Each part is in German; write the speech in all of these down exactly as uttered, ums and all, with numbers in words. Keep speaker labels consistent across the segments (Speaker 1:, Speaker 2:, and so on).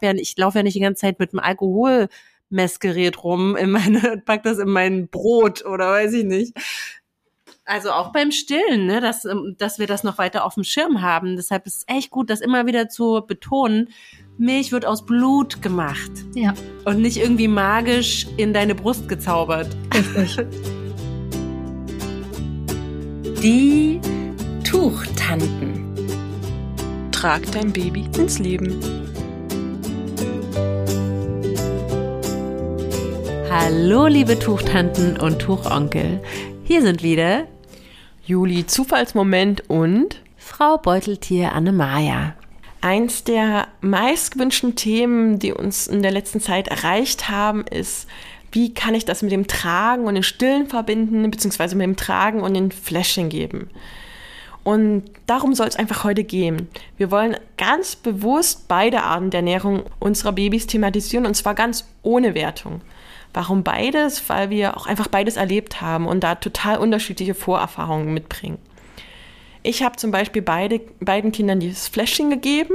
Speaker 1: ja, ich laufe ja nicht die ganze Zeit mit einem Alkoholmessgerät rum, in meine, pack das in mein Brot oder weiß ich nicht. Also auch beim Stillen, ne, dass, dass wir das noch weiter auf dem Schirm haben. Deshalb ist es echt gut, das immer wieder zu betonen. Milch wird aus Blut gemacht.
Speaker 2: Ja.
Speaker 1: Und nicht irgendwie magisch in deine Brust gezaubert.
Speaker 2: Richtig.
Speaker 3: Die Tuchtanten.
Speaker 4: Trag dein Baby ins Leben.
Speaker 1: Hallo, liebe Tuchtanten und Tuchonkel. Hier sind wieder
Speaker 4: Juli Zufallsmoment und
Speaker 1: Frau Beuteltier Annemaja.
Speaker 4: Eins der meistgewünschten Themen, die uns in der letzten Zeit erreicht haben, ist, wie kann ich das mit dem Tragen und dem Stillen verbinden, beziehungsweise mit dem Tragen und dem Fläschchen geben. Und darum soll es einfach heute gehen. Wir wollen ganz bewusst beide Arten der Ernährung unserer Babys thematisieren, und zwar ganz ohne Wertung. Warum beides? Weil wir auch einfach beides erlebt haben und da total unterschiedliche Vorerfahrungen mitbringen. Ich habe zum Beispiel beide, beiden Kindern dieses Fläschchen gegeben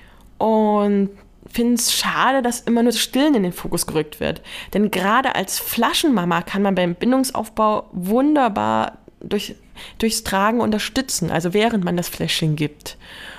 Speaker 4: und finde es schade, dass immer nur das Stillen in den Fokus gerückt wird. Denn gerade als Flaschenmama kann man beim Bindungsaufbau wunderbar durch, durchs Tragen unterstützen, also während man das Fläschchen gibt.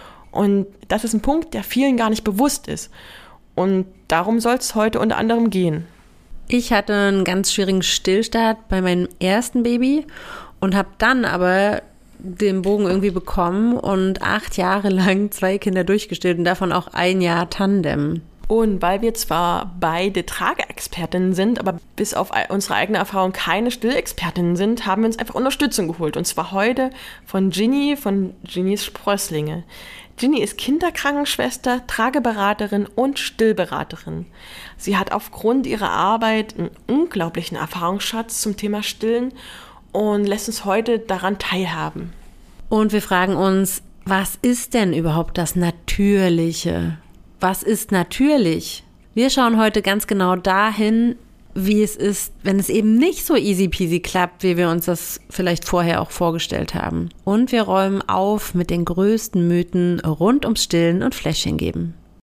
Speaker 4: Und das ist ein Punkt, der vielen gar nicht bewusst ist. Und darum soll es heute unter anderem gehen.
Speaker 1: Ich hatte einen ganz schwierigen Stillstart bei meinem ersten Baby und habe dann aber den Bogen irgendwie bekommen und acht Jahre lang zwei Kinder durchgestillt und davon auch ein Jahr Tandem.
Speaker 4: Und weil wir zwar beide Trageexpertinnen sind, aber bis auf unsere eigene Erfahrung keine Stillexpertinnen sind, haben wir uns einfach Unterstützung geholt. Und zwar heute von Ginny, von Ginnys Sprösslinge. Ginny ist Kinderkrankenschwester, Trageberaterin und Stillberaterin. Sie hat aufgrund ihrer Arbeit einen unglaublichen Erfahrungsschatz zum Thema Stillen und lässt uns heute daran teilhaben.
Speaker 1: Und wir fragen uns, was ist denn überhaupt das Natürliche? Was ist natürlich? Wir schauen heute ganz genau dahin, wie es ist, wenn es eben nicht so easy peasy klappt, wie wir uns das vielleicht vorher auch vorgestellt haben. Und wir räumen auf mit den größten Mythen rund ums Stillen und Fläschchen geben.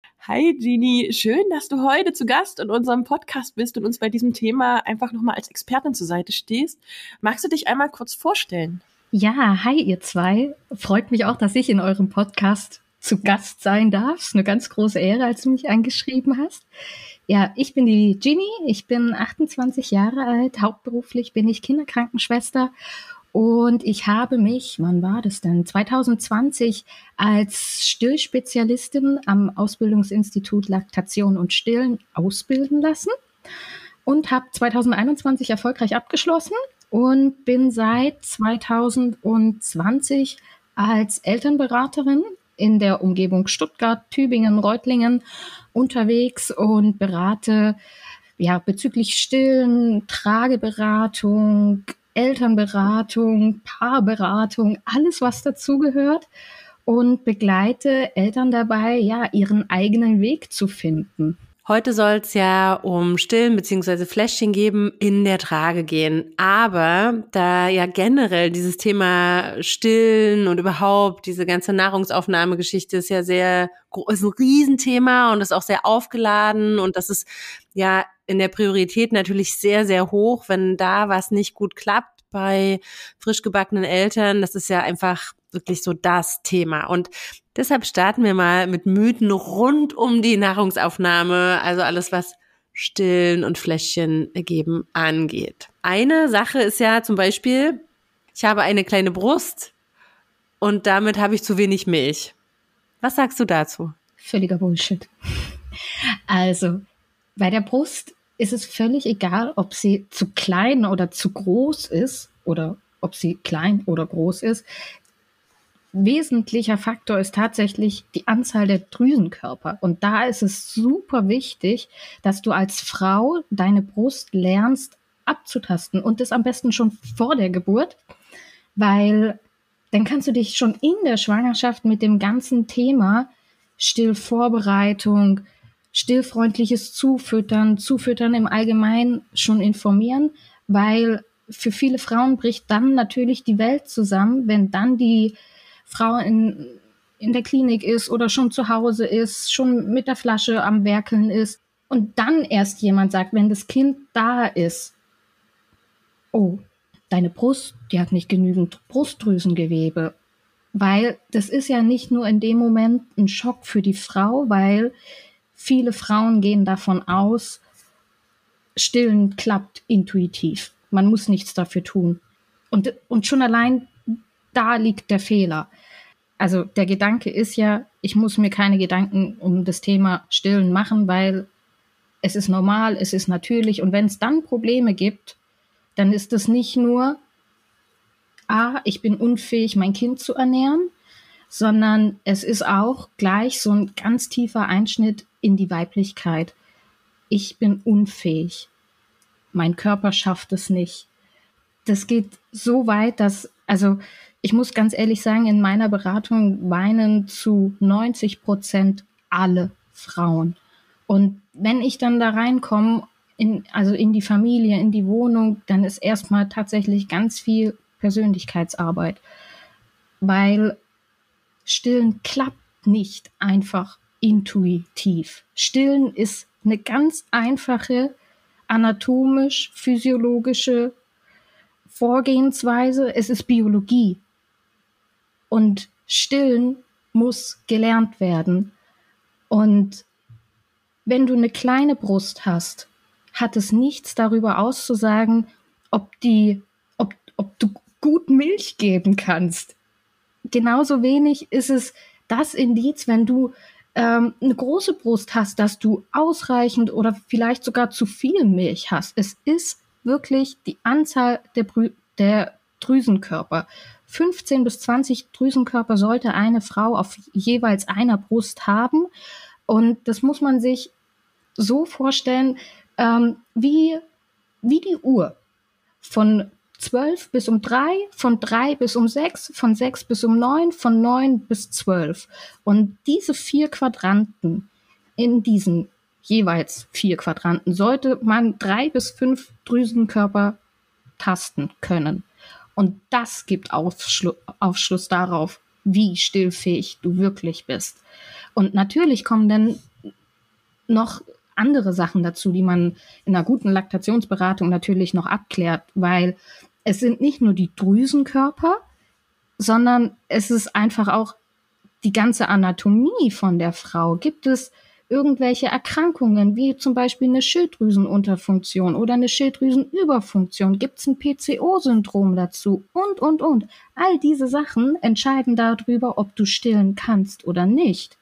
Speaker 4: Hi Ginny, schön, dass du heute zu Gast in unserem Podcast bist und uns bei diesem Thema einfach nochmal als Expertin zur Seite stehst. Magst du dich einmal kurz vorstellen?
Speaker 2: Ja, hi ihr zwei. Freut mich auch, dass ich in eurem Podcast zu Gast sein darf. Ist eine ganz große Ehre, als du mich angeschrieben hast. Ja, ich bin die Ginny, ich bin achtundzwanzig Jahre alt, hauptberuflich bin ich Kinderkrankenschwester und ich habe mich, wann war das denn, zwanzig zwanzig als Stillspezialistin am Ausbildungsinstitut Laktation und Stillen ausbilden lassen und habe zwanzig einundzwanzig erfolgreich abgeschlossen und bin seit zwanzig zwanzig als Elternberaterin in der Umgebung Stuttgart, Tübingen, Reutlingen unterwegs und berate ja bezüglich Stillen, Trageberatung, Elternberatung, Paarberatung, alles was dazugehört und begleite Eltern dabei, ja, ihren eigenen Weg zu finden.
Speaker 1: Heute soll es ja um Stillen bzw. Fläschchen geben in der Trage gehen. Aber da ja generell dieses Thema Stillen und überhaupt diese ganze Nahrungsaufnahmegeschichte ist ja sehr, ist ein Riesenthema und ist auch sehr aufgeladen und das ist ja in der Priorität natürlich sehr, sehr hoch, wenn da was nicht gut klappt bei frisch gebackenen Eltern. Das ist ja einfach wirklich so das Thema. Und deshalb starten wir mal mit Mythen rund um die Nahrungsaufnahme, also alles, was Stillen und Fläschchen geben angeht. Eine Sache ist ja zum Beispiel, ich habe eine kleine Brust und damit habe ich zu wenig Milch. Was sagst du dazu?
Speaker 2: Völliger Bullshit. Also, bei der Brust ist es völlig egal, ob sie zu klein oder zu groß ist oder ob sie klein oder groß ist. Wesentlicher Faktor ist tatsächlich die Anzahl der Drüsenkörper. Und da ist es super wichtig, dass du als Frau deine Brust lernst abzutasten und das am besten schon vor der Geburt, weil dann kannst du dich schon in der Schwangerschaft mit dem ganzen Thema Stillvorbereitung, stillfreundliches Zufüttern, Zufüttern im Allgemeinen schon informieren, weil für viele Frauen bricht dann natürlich die Welt zusammen, wenn dann die Frau in, in der Klinik ist oder schon zu Hause ist, schon mit der Flasche am Werkeln ist und dann erst jemand sagt, wenn das Kind da ist, oh, deine Brust, die hat nicht genügend Brustdrüsengewebe. Weil das ist ja nicht nur in dem Moment ein Schock für die Frau, weil viele Frauen gehen davon aus, Stillen klappt intuitiv. Man muss nichts dafür tun. Und, und schon allein da liegt der Fehler. Also der Gedanke ist ja, ich muss mir keine Gedanken um das Thema Stillen machen, weil es ist normal, es ist natürlich. Und wenn es dann Probleme gibt, dann ist es nicht nur, ah, ich bin unfähig, mein Kind zu ernähren, sondern es ist auch gleich so ein ganz tiefer Einschnitt in die Weiblichkeit. Ich bin unfähig. Mein Körper schafft es nicht. Das geht so weit, dass, also ich muss ganz ehrlich sagen, in meiner Beratung weinen zu neunzig Prozent alle Frauen. Und wenn ich dann da reinkomme, in, also in die Familie, in die Wohnung, dann ist erstmal tatsächlich ganz viel Persönlichkeitsarbeit. Weil Stillen klappt nicht einfach intuitiv. Stillen ist eine ganz einfache anatomisch-physiologische Vorgehensweise. Es ist Biologie. Und Stillen muss gelernt werden. Und wenn du eine kleine Brust hast, hat es nichts darüber auszusagen, ob, die, ob, ob du gut Milch geben kannst. Genauso wenig ist es das Indiz, wenn du ähm, eine große Brust hast, dass du ausreichend oder vielleicht sogar zu viel Milch hast. Es ist wirklich die Anzahl der, Brü- der Drüsenkörper. fünfzehn bis zwanzig Drüsenkörper sollte eine Frau auf jeweils einer Brust haben. Und das muss man sich so vorstellen, ähm, wie, wie die Uhr. Von zwölf bis um drei, von drei bis um sechs, von sechs bis um neun, von neun bis zwölf. Und diese vier Quadranten, in diesen jeweils vier Quadranten, sollte man drei bis fünf Drüsenkörper tasten können. Und das gibt Aufschlu- Aufschluss darauf, wie stillfähig du wirklich bist. Und natürlich kommen dann noch andere Sachen dazu, die man in einer guten Laktationsberatung natürlich noch abklärt, weil es sind nicht nur die Drüsenkörper, sondern es ist einfach auch die ganze Anatomie von der Frau. Gibt es irgendwelche Erkrankungen, wie zum Beispiel eine Schilddrüsenunterfunktion oder eine Schilddrüsenüberfunktion? Gibt es ein P C O-Syndrom dazu? Und, und, und. All diese Sachen entscheiden darüber, ob du stillen kannst oder nicht.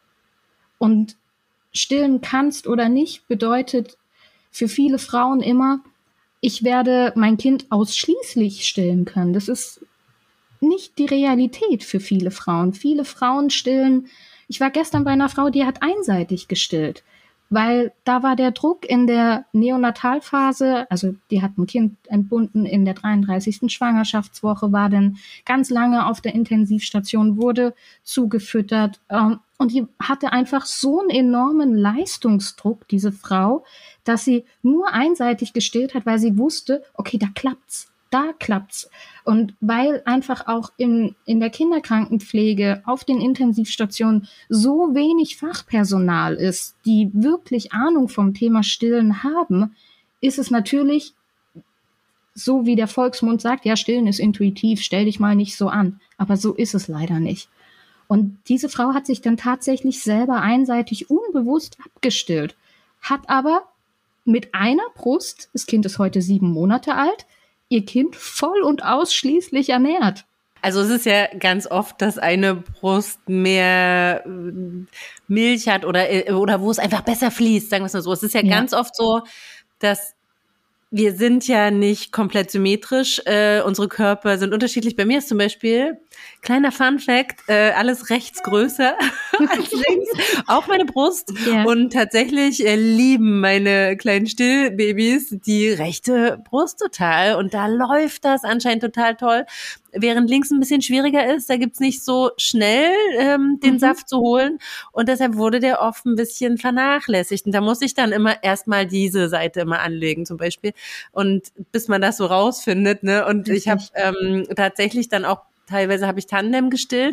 Speaker 2: Und stillen kannst oder nicht bedeutet für viele Frauen immer, ich werde mein Kind ausschließlich stillen können. Das ist nicht die Realität für viele Frauen. Viele Frauen stillen. Ich war gestern bei einer Frau, die hat einseitig gestillt, weil da war der Druck in der Neonatalphase, also die hat ein Kind entbunden in der dreiunddreißigsten Schwangerschaftswoche, war dann ganz lange auf der Intensivstation, wurde zugefüttert ähm, und die hatte einfach so einen enormen Leistungsdruck, diese Frau, dass sie nur einseitig gestillt hat, weil sie wusste, okay, da klappt's. Da klappt's. Und weil einfach auch in, in der Kinderkrankenpflege auf den Intensivstationen so wenig Fachpersonal ist, die wirklich Ahnung vom Thema Stillen haben, ist es natürlich so, wie der Volksmund sagt, ja, Stillen ist intuitiv, stell dich mal nicht so an. Aber so ist es leider nicht. Und diese Frau hat sich dann tatsächlich selber einseitig unbewusst abgestillt, hat aber mit einer Brust, das Kind ist heute sieben Monate alt, ihr Kind voll und ausschließlich ernährt.
Speaker 1: Also es ist ja ganz oft, dass eine Brust mehr Milch hat oder, oder wo es einfach besser fließt, sagen wir es mal so. Es ist ja, ja. ganz oft so, dass wir sind ja nicht komplett symmetrisch, äh, unsere Körper sind unterschiedlich. Bei mir ist zum Beispiel, kleiner Fun Fact, äh, alles rechts größer als links, auch meine Brust. Yeah. Und tatsächlich äh, lieben meine kleinen Stillbabys die rechte Brust total. Und da läuft das anscheinend total toll. Während links ein bisschen schwieriger ist, da gibt's nicht so schnell ähm, den mhm. Saft zu holen. Und deshalb wurde der oft ein bisschen vernachlässigt. Und da muss ich dann immer erstmal diese Seite immer anlegen zum Beispiel. Und bis man das so rausfindet, ne? Und Richtig. ich habe ähm, tatsächlich dann auch, teilweise habe ich Tandem gestillt.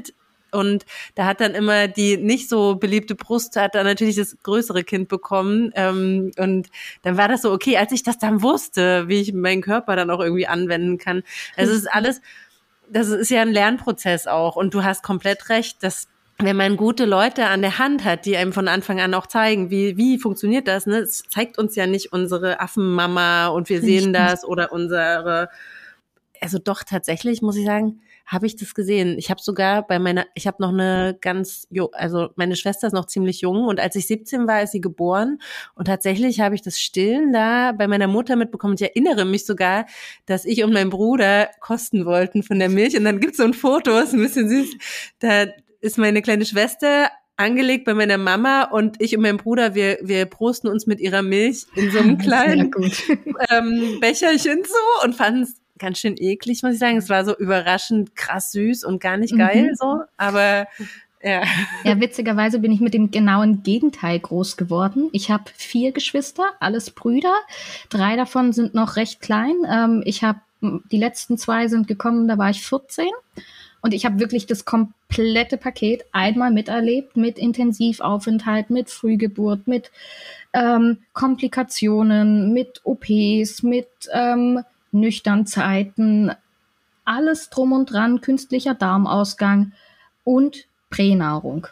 Speaker 1: Und da hat dann immer die nicht so beliebte Brust, hat dann natürlich das größere Kind bekommen. Ähm, und dann war das so, okay, als ich das dann wusste, wie ich meinen Körper dann auch irgendwie anwenden kann. Also es ist alles, das ist ja ein Lernprozess auch. Und du hast komplett recht, dass wenn man gute Leute an der Hand hat, die einem von Anfang an auch zeigen, wie wie funktioniert das, ne? Es zeigt uns ja nicht unsere Affenmama und wir sehen das oder unsere, also doch tatsächlich, muss ich sagen, habe ich das gesehen. Ich habe sogar bei meiner, ich habe noch eine ganz, also meine Schwester ist noch ziemlich jung und als ich siebzehn war, ist sie geboren und tatsächlich habe ich das Stillen da bei meiner Mutter mitbekommen. Ich erinnere mich sogar, dass ich und mein Bruder kosten wollten von der Milch und dann gibt's so ein Foto, ist ein bisschen süß, da ist meine kleine Schwester angelegt bei meiner Mama und ich und mein Bruder, wir wir prosten uns mit ihrer Milch in so einem kleinen ähm, Becherchen so und fanden es ganz schön eklig, muss ich sagen. Es war so überraschend krass süß und gar nicht geil mhm. so, aber ja.
Speaker 2: Ja, witzigerweise bin ich mit dem genauen Gegenteil groß geworden. Ich habe vier Geschwister, alles Brüder. Drei davon sind noch recht klein. Ähm, ich habe, die letzten zwei sind gekommen, da war ich vierzehn. Und ich habe wirklich das komplette Paket einmal miterlebt, mit Intensivaufenthalt, mit Frühgeburt, mit ähm, Komplikationen, mit O Ps, mit ähm, Nüchternzeiten, alles drum und dran, künstlicher Darmausgang und Pränahrung.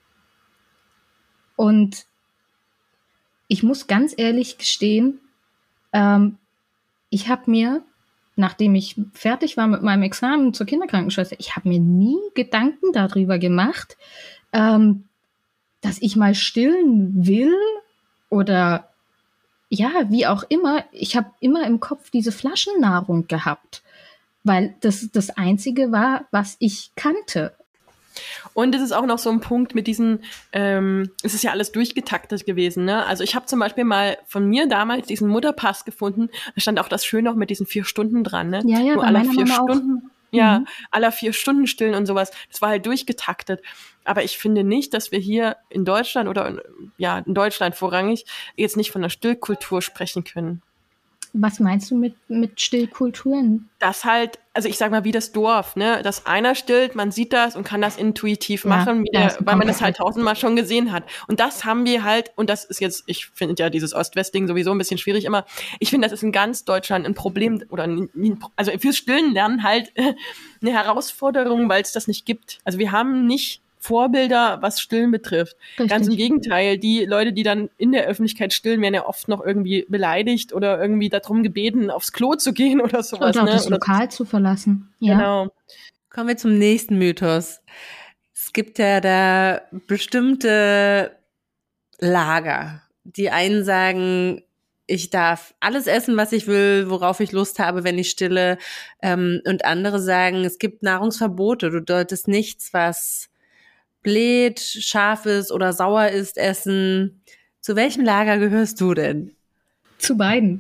Speaker 2: Und ich muss ganz ehrlich gestehen, ähm, ich habe mir nachdem ich fertig war mit meinem Examen zur Kinderkrankenschwester, ich habe mir nie Gedanken darüber gemacht, ähm, dass ich mal stillen will oder ja, wie auch immer. Ich habe immer im Kopf diese Flaschennahrung gehabt, weil das das Einzige war, was ich kannte.
Speaker 4: Und es ist auch noch so ein Punkt mit diesen, ähm, es ist ja alles durchgetaktet gewesen, ne? Also ich habe zum Beispiel mal von mir damals diesen Mutterpass gefunden, da stand auch das schön noch mit diesen vier Stunden dran, ne?
Speaker 2: Ja, ja,
Speaker 4: Nur
Speaker 2: bei
Speaker 4: aller
Speaker 2: meiner
Speaker 4: vier
Speaker 2: Mama
Speaker 4: Stunden,
Speaker 2: auch.
Speaker 4: ja,
Speaker 2: Mhm.
Speaker 4: aller vier Stunden stillen und sowas. Das war halt durchgetaktet. Aber ich finde nicht, dass wir hier in Deutschland oder in, ja, in Deutschland vorrangig jetzt nicht von der Stillkultur sprechen können.
Speaker 2: Was meinst du mit, mit Stillkulturen?
Speaker 4: Das halt, also ich sag mal, wie das Dorf, ne, dass einer stillt, man sieht das und kann das intuitiv
Speaker 2: Ja,
Speaker 4: machen, wie
Speaker 2: ja,
Speaker 4: der, weil man das halt tausendmal schon gesehen hat. Und das haben wir halt, und das ist jetzt, ich finde ja dieses Ost-West-Ding sowieso ein bisschen schwierig immer. Ich finde, das ist in ganz Deutschland ein Problem, oder ein, also fürs Stillen lernen halt eine Herausforderung, weil es das nicht gibt. Also wir haben nicht Vorbilder, was Stillen betrifft.
Speaker 2: Richtig.
Speaker 4: Ganz im Gegenteil, die Leute, die dann in der Öffentlichkeit stillen, werden ja oft noch irgendwie beleidigt oder irgendwie darum gebeten, aufs Klo zu gehen oder sowas.
Speaker 2: Oder auch
Speaker 4: ne?
Speaker 2: das
Speaker 4: Oder
Speaker 2: Lokal zu verlassen. Ja.
Speaker 4: Genau.
Speaker 1: Kommen wir zum nächsten Mythos. Es gibt ja da bestimmte Lager. Die einen sagen, ich darf alles essen, was ich will, worauf ich Lust habe, wenn ich stille. Ähm, und andere sagen, es gibt Nahrungsverbote. Du solltest nichts, was bläht, scharf ist oder sauer ist, essen. Zu welchem Lager gehörst du denn?
Speaker 2: Zu beiden.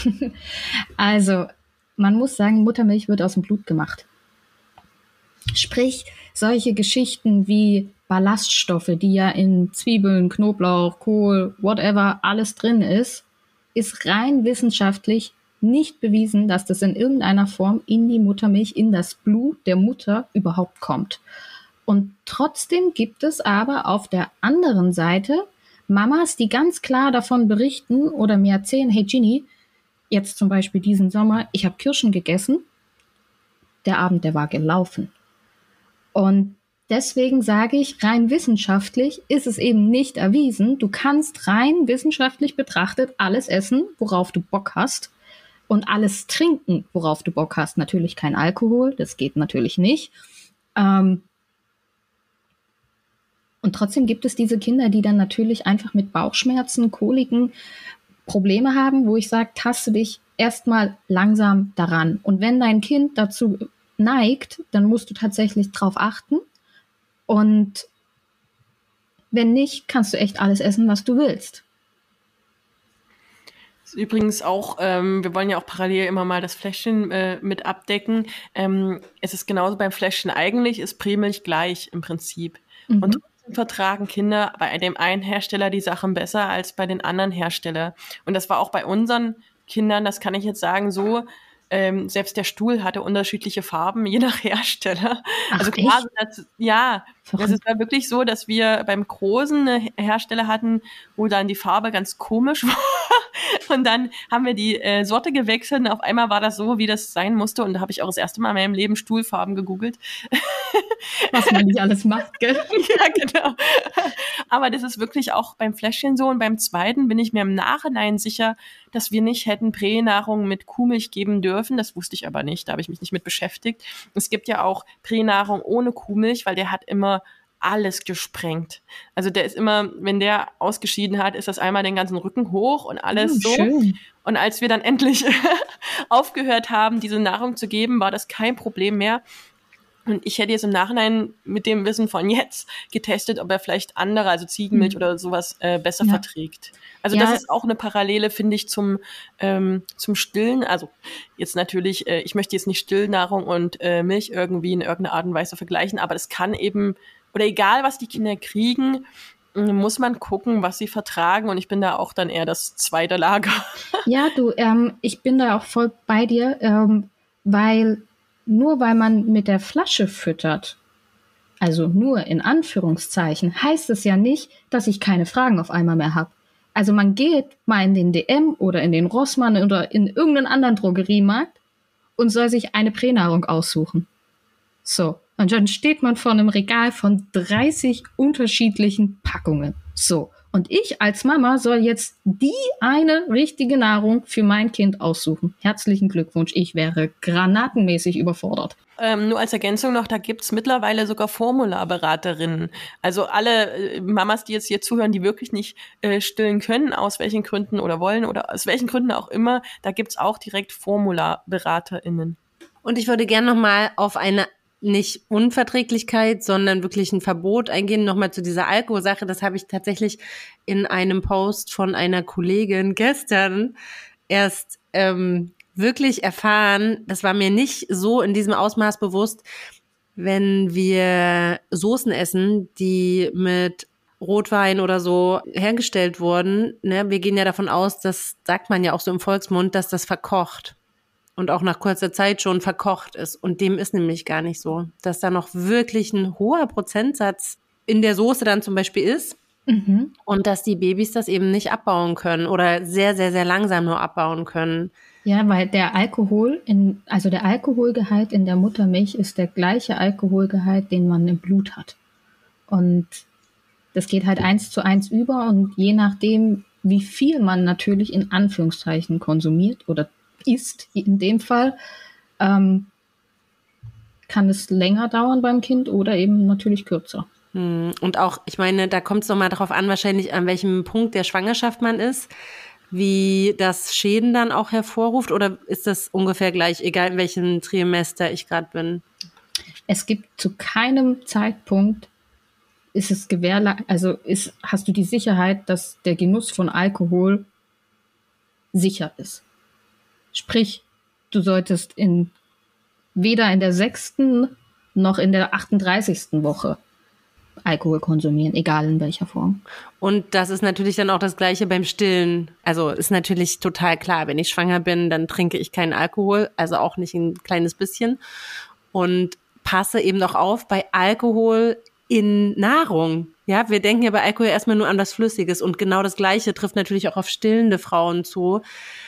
Speaker 2: Also, man muss sagen, Muttermilch wird aus dem Blut gemacht. Sprich, solche Geschichten wie Ballaststoffe, die ja in Zwiebeln, Knoblauch, Kohl, whatever, alles drin ist, ist rein wissenschaftlich nicht bewiesen, dass das in irgendeiner Form in die Muttermilch, in das Blut der Mutter überhaupt kommt. Und trotzdem gibt es aber auf der anderen Seite Mamas, die ganz klar davon berichten oder mir erzählen, hey Ginny, jetzt zum Beispiel diesen Sommer, ich habe Kirschen gegessen, der Abend, der war gelaufen. Und deswegen sage ich, rein wissenschaftlich ist es eben nicht erwiesen. Du kannst rein wissenschaftlich betrachtet alles essen, worauf du Bock hast und alles trinken, worauf du Bock hast. Natürlich kein Alkohol, das geht natürlich nicht. Ähm, Und trotzdem gibt es diese Kinder, die dann natürlich einfach mit Bauchschmerzen, Koliken Probleme haben, wo ich sage, taste dich erstmal langsam daran. Und wenn dein Kind dazu neigt, dann musst du tatsächlich drauf achten. Und wenn nicht, kannst du echt alles essen, was du willst.
Speaker 4: Übrigens auch, ähm, wir wollen ja auch parallel immer mal das Fläschchen äh, mit abdecken. Ähm, es ist genauso beim Fläschchen. Eigentlich ist Prämilch gleich im Prinzip. Mhm. Und vertragen Kinder bei dem einen Hersteller die Sachen besser als bei den anderen Herstellern. Und das war auch bei unseren Kindern, das kann ich jetzt sagen, so, ähm, selbst der Stuhl hatte unterschiedliche Farben, je nach Hersteller.
Speaker 2: Ach,
Speaker 4: also klar,
Speaker 2: echt?
Speaker 4: das, ja,
Speaker 2: Verrückt.
Speaker 4: es war wirklich so, dass wir beim Großen eine Hersteller hatten, wo dann die Farbe ganz komisch war. Und dann haben wir die äh, Sorte gewechselt und auf einmal war das so, wie das sein musste. Und da habe ich auch das erste Mal in meinem Leben Stuhlfarben gegoogelt.
Speaker 2: Was man nicht alles macht, gell?
Speaker 4: Ja, genau. Aber das ist wirklich auch beim Fläschchen so. Und beim zweiten bin ich mir im Nachhinein sicher, dass wir nicht hätten Pränahrung mit Kuhmilch geben dürfen. Das wusste ich aber nicht. Da habe ich mich nicht mit beschäftigt. Es gibt ja auch Pränahrung ohne Kuhmilch, weil der hat immer alles gesprengt. Also der ist immer, wenn der ausgeschieden hat, ist das einmal den ganzen Rücken hoch und alles
Speaker 2: Oh,
Speaker 4: so.
Speaker 2: schön.
Speaker 4: Und als wir dann endlich aufgehört haben, diese Nahrung zu geben, war das kein Problem mehr. Und ich hätte jetzt im Nachhinein mit dem Wissen von jetzt getestet, ob er vielleicht andere, also Ziegenmilch
Speaker 2: Hm.
Speaker 4: oder sowas, äh, besser
Speaker 2: Ja.
Speaker 4: verträgt. Also
Speaker 2: Ja.
Speaker 4: das ist auch eine Parallele, finde ich, zum ähm, zum Stillen. Also jetzt natürlich, äh, ich möchte jetzt nicht Stillnahrung und äh, Milch irgendwie in irgendeiner Art und Weise vergleichen, aber das kann eben, oder egal, was die Kinder kriegen, äh, muss man gucken, was sie vertragen. Und ich bin da auch dann eher das zweite Lager.
Speaker 2: Ja, du, ähm, ich bin da auch voll bei dir, ähm, weil nur weil man mit der Flasche füttert, also nur in Anführungszeichen, heißt es ja nicht, dass ich keine Fragen auf einmal mehr habe. Also man geht mal in den D M oder in den Rossmann oder in irgendeinen anderen Drogeriemarkt und soll sich eine Pränahrung aussuchen. So, und dann steht man vor einem Regal von dreißig unterschiedlichen Packungen. So, und ich als Mama soll jetzt die eine richtige Nahrung für mein Kind aussuchen. Herzlichen Glückwunsch, ich wäre granatenmäßig überfordert.
Speaker 4: Ähm, nur als Ergänzung noch, da gibt's mittlerweile sogar Formularberaterinnen. Also alle äh, Mamas, die jetzt hier zuhören, die wirklich nicht äh, stillen können, aus welchen Gründen oder wollen oder aus welchen Gründen auch immer, da gibt's auch direkt FormularberaterInnen.
Speaker 1: Und ich würde gerne nochmal auf eine nicht Unverträglichkeit, sondern wirklich ein Verbot eingehen, nochmal zu dieser Alkoholsache. Das habe ich tatsächlich in einem Post von einer Kollegin gestern erst ähm, wirklich erfahren. Das war mir nicht so in diesem Ausmaß bewusst, wenn wir Soßen essen, die mit Rotwein oder so hergestellt wurden. Ne? Wir gehen ja davon aus, das sagt man ja auch so im Volksmund, dass das verkocht. Und auch nach kurzer Zeit schon verkocht ist. Und dem ist nämlich gar nicht so. Dass da noch wirklich ein hoher Prozentsatz in der Soße dann zum Beispiel ist.
Speaker 2: Mhm.
Speaker 1: Und dass die Babys das eben nicht abbauen können oder sehr, sehr, sehr langsam nur abbauen können.
Speaker 2: Ja, weil der Alkohol, in, also der Alkoholgehalt in der Muttermilch ist der gleiche Alkoholgehalt, den man im Blut hat. Und das geht halt eins zu eins über. Und je nachdem, wie viel man natürlich in Anführungszeichen konsumiert oder ist in dem Fall, ähm, kann es länger dauern beim Kind oder eben natürlich kürzer.
Speaker 1: Und auch, ich meine, da kommt es nochmal darauf an, wahrscheinlich an welchem Punkt der Schwangerschaft man ist, wie das Schäden dann auch hervorruft, oder ist das ungefähr gleich, egal in welchem Trimester ich gerade bin?
Speaker 2: Es gibt zu keinem Zeitpunkt, ist es gewährleistet, also ist, hast du die Sicherheit, dass der Genuss von Alkohol sicher ist. Sprich, du solltest in weder in der sechsten noch in der achtunddreißigsten Woche Alkohol konsumieren, egal in welcher Form.
Speaker 1: Und das ist natürlich dann auch das Gleiche beim Stillen. Also ist natürlich total klar, wenn ich schwanger bin, dann trinke ich keinen Alkohol, also auch nicht ein kleines bisschen. Und passe eben auch auf bei Alkohol in Nahrung. Ja, wir denken ja bei Alkohol erstmal nur an was Flüssiges. Und genau das Gleiche trifft natürlich auch auf stillende Frauen zu.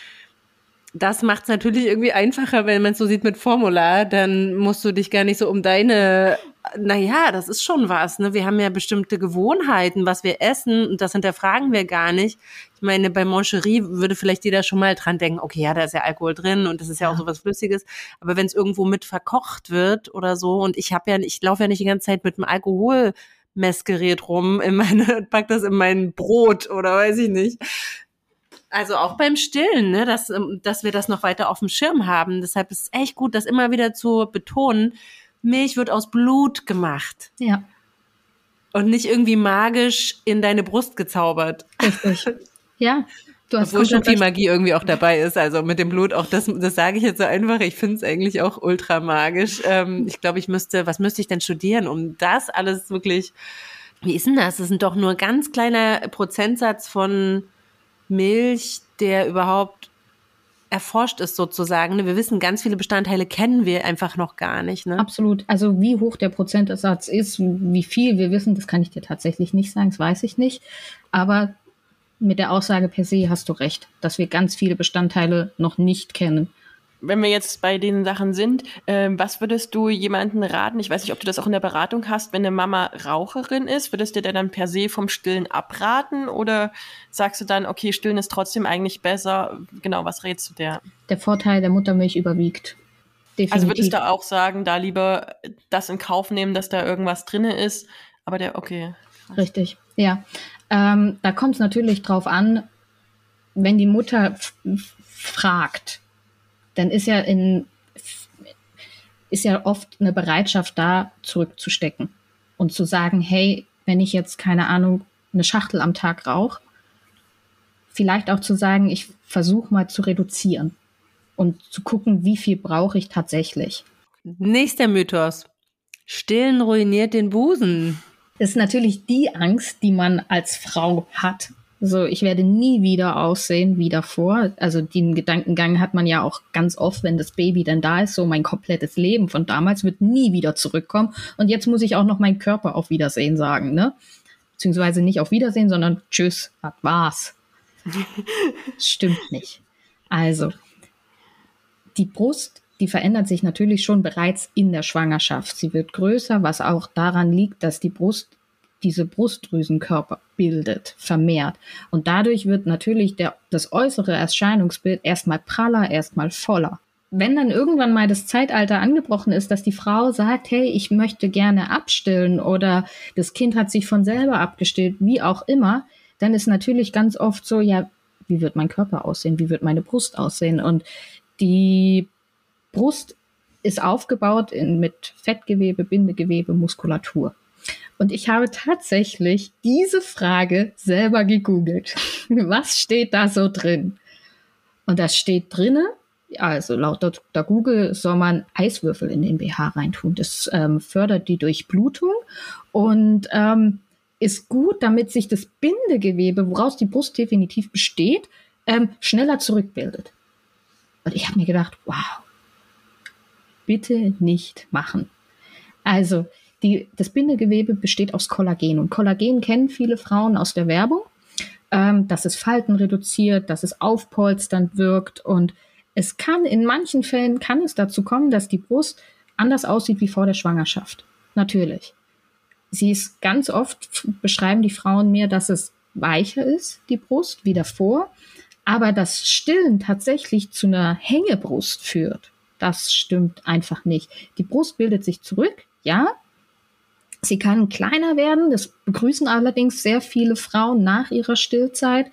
Speaker 1: Das macht es natürlich irgendwie einfacher, wenn man es so sieht mit Formular, dann musst du dich gar nicht so um deine, naja, das ist schon was, ne? Wir haben ja bestimmte Gewohnheiten, was wir essen, und das hinterfragen wir gar nicht. Ich meine, bei Moncherie würde vielleicht jeder schon mal dran denken, okay, ja, da ist ja Alkohol drin und das ist ja, ja auch so was Flüssiges, aber wenn es irgendwo mit verkocht wird oder so, und ich habe ja, ich laufe ja nicht die ganze Zeit mit einem Alkoholmessgerät rum, in meine, pack das in mein Brot oder weiß ich nicht. Also auch beim Stillen, ne, dass, dass wir das noch weiter auf dem Schirm haben. Deshalb ist es echt gut, das immer wieder zu betonen. Milch wird aus Blut gemacht.
Speaker 2: Ja.
Speaker 1: Und nicht irgendwie magisch in deine Brust gezaubert.
Speaker 2: Richtig. Ja. Du hast
Speaker 1: Obwohl schon viel
Speaker 2: recht.
Speaker 1: Magie irgendwie auch dabei ist. Also mit dem Blut, auch das, das sage ich jetzt so einfach. Ich finde es eigentlich auch ultra magisch. Ähm, ich glaube, ich müsste, was müsste ich denn studieren, um das alles wirklich, wie ist denn das? Das sind doch nur ganz kleiner Prozentsatz von Milch, der überhaupt erforscht ist sozusagen. Wir wissen, ganz viele Bestandteile kennen wir einfach noch gar nicht. Ne?
Speaker 2: Absolut. Also wie hoch der Prozentsatz ist, wie viel wir wissen, das kann ich dir tatsächlich nicht sagen, das weiß ich nicht. Aber mit der Aussage per se hast du recht, dass wir ganz viele Bestandteile noch nicht kennen.
Speaker 4: Wenn wir jetzt bei den Sachen sind, äh, was würdest du jemanden raten? Ich weiß nicht, ob du das auch in der Beratung hast, wenn eine Mama Raucherin ist, würdest du dir dann per se vom Stillen abraten oder sagst du dann, okay, Stillen ist trotzdem eigentlich besser? Genau, was rätst du der?
Speaker 2: Der Vorteil der Muttermilch überwiegt. Definitiv.
Speaker 4: Also würdest du auch sagen, da lieber das in Kauf nehmen, dass da irgendwas drin ist, aber der, okay.
Speaker 2: Richtig, ja. Ähm, da kommt es natürlich drauf an, wenn die Mutter f- f- fragt, dann ist ja in ist ja oft eine Bereitschaft da, zurückzustecken und zu sagen, hey, wenn ich jetzt, keine Ahnung, eine Schachtel am Tag rauche, vielleicht auch zu sagen, ich versuche mal zu reduzieren und zu gucken, wie viel brauche ich tatsächlich.
Speaker 1: Nächster Mythos. Stillen ruiniert den Busen.
Speaker 2: Das ist natürlich die Angst, die man als Frau hat. So, ich werde nie wieder aussehen wie davor. Also den Gedankengang hat man ja auch ganz oft, wenn das Baby dann da ist. So, mein komplettes Leben von damals wird nie wieder zurückkommen. Und jetzt muss ich auch noch meinen Körper auf Wiedersehen sagen, ne? Beziehungsweise nicht auf Wiedersehen, sondern tschüss, das war's. Stimmt nicht. Also, die Brust, die verändert sich natürlich schon bereits in der Schwangerschaft. Sie wird größer, was auch daran liegt, dass die Brust diese Brustdrüsenkörper bildet, vermehrt. Und dadurch wird natürlich der, das äußere Erscheinungsbild erstmal praller, erstmal voller. Wenn dann irgendwann mal das Zeitalter angebrochen ist, dass die Frau sagt, hey, ich möchte gerne abstillen oder das Kind hat sich von selber abgestillt, wie auch immer, dann ist natürlich ganz oft so, ja, wie wird mein Körper aussehen, wie wird meine Brust aussehen? Und die Brust ist aufgebaut in, mit Fettgewebe, Bindegewebe, Muskulatur. Und ich habe tatsächlich diese Frage selber gegoogelt. Was steht da so drin? Und da steht drinne, also laut Doktor Google soll man Eiswürfel in den B H reintun. Das ähm, fördert die Durchblutung und ähm, ist gut, damit sich das Bindegewebe, woraus die Brust definitiv besteht, ähm, schneller zurückbildet. Und ich habe mir gedacht, wow, bitte nicht machen. Also, Die, das Bindegewebe besteht aus Kollagen. Und Kollagen kennen viele Frauen aus der Werbung, ähm, dass es Falten reduziert, dass es aufpolsternd wirkt. Und es kann, in manchen Fällen kann es dazu kommen, dass die Brust anders aussieht wie vor der Schwangerschaft. Natürlich. Sie ist ganz oft, beschreiben die Frauen mir, dass es weicher ist, die Brust, wie davor. Aber das Stillen tatsächlich zu einer Hängebrust führt, das stimmt einfach nicht. Die Brust bildet sich zurück, ja. Sie kann kleiner werden, das begrüßen allerdings sehr viele Frauen nach ihrer Stillzeit.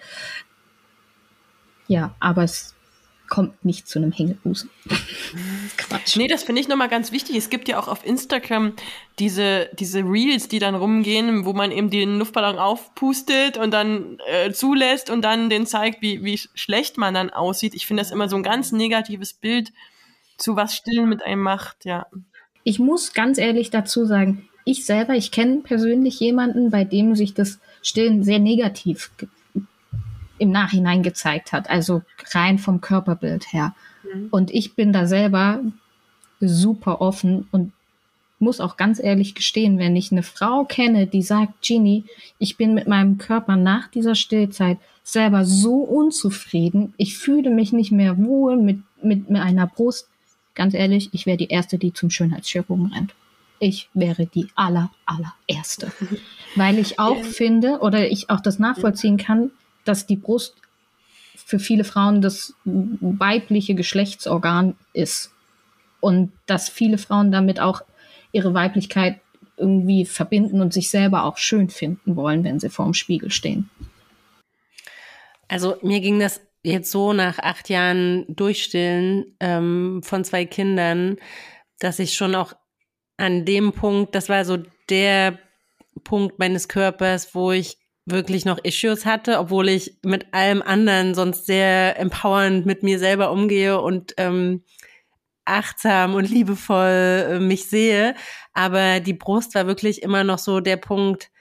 Speaker 2: Ja, aber es kommt nicht zu einem Hängebusen. Quatsch.
Speaker 4: Nee, das finde ich nochmal ganz wichtig. Es gibt ja auch auf Instagram diese, diese Reels, die dann rumgehen, wo man eben den Luftballon aufpustet und dann äh, zulässt und dann den zeigt, wie, wie schlecht man dann aussieht. Ich finde das immer so ein ganz negatives Bild zu was Stillen mit einem macht, ja.
Speaker 2: Ich muss ganz ehrlich dazu sagen, ich selber, ich kenne persönlich jemanden, bei dem sich das Stillen sehr negativ ge- im Nachhinein gezeigt hat, also rein vom Körperbild her. Mhm. Und ich bin da selber super offen und muss auch ganz ehrlich gestehen, wenn ich eine Frau kenne, die sagt, Gini, ich bin mit meinem Körper nach dieser Stillzeit selber so unzufrieden, ich fühle mich nicht mehr wohl mit, mit, mit einer Brust. Ganz ehrlich, ich wäre die Erste, die zum Schönheitschirurgen rennt. Ich wäre die aller, allererste. Weil ich auch ja. finde, oder ich auch das nachvollziehen kann, dass die Brust für viele Frauen das weibliche Geschlechtsorgan ist. Und dass viele Frauen damit auch ihre Weiblichkeit irgendwie verbinden und sich selber auch schön finden wollen, wenn sie vorm Spiegel stehen.
Speaker 1: Also mir ging das jetzt so nach acht Jahren Durchstillen ähm, von zwei Kindern, dass ich schon auch an dem Punkt, das war so der Punkt meines Körpers, wo ich wirklich noch Issues hatte, obwohl ich mit allem anderen sonst sehr empowernd mit mir selber umgehe und ähm, achtsam und liebevoll äh, mich sehe. Aber die Brust war wirklich immer noch so der Punkt,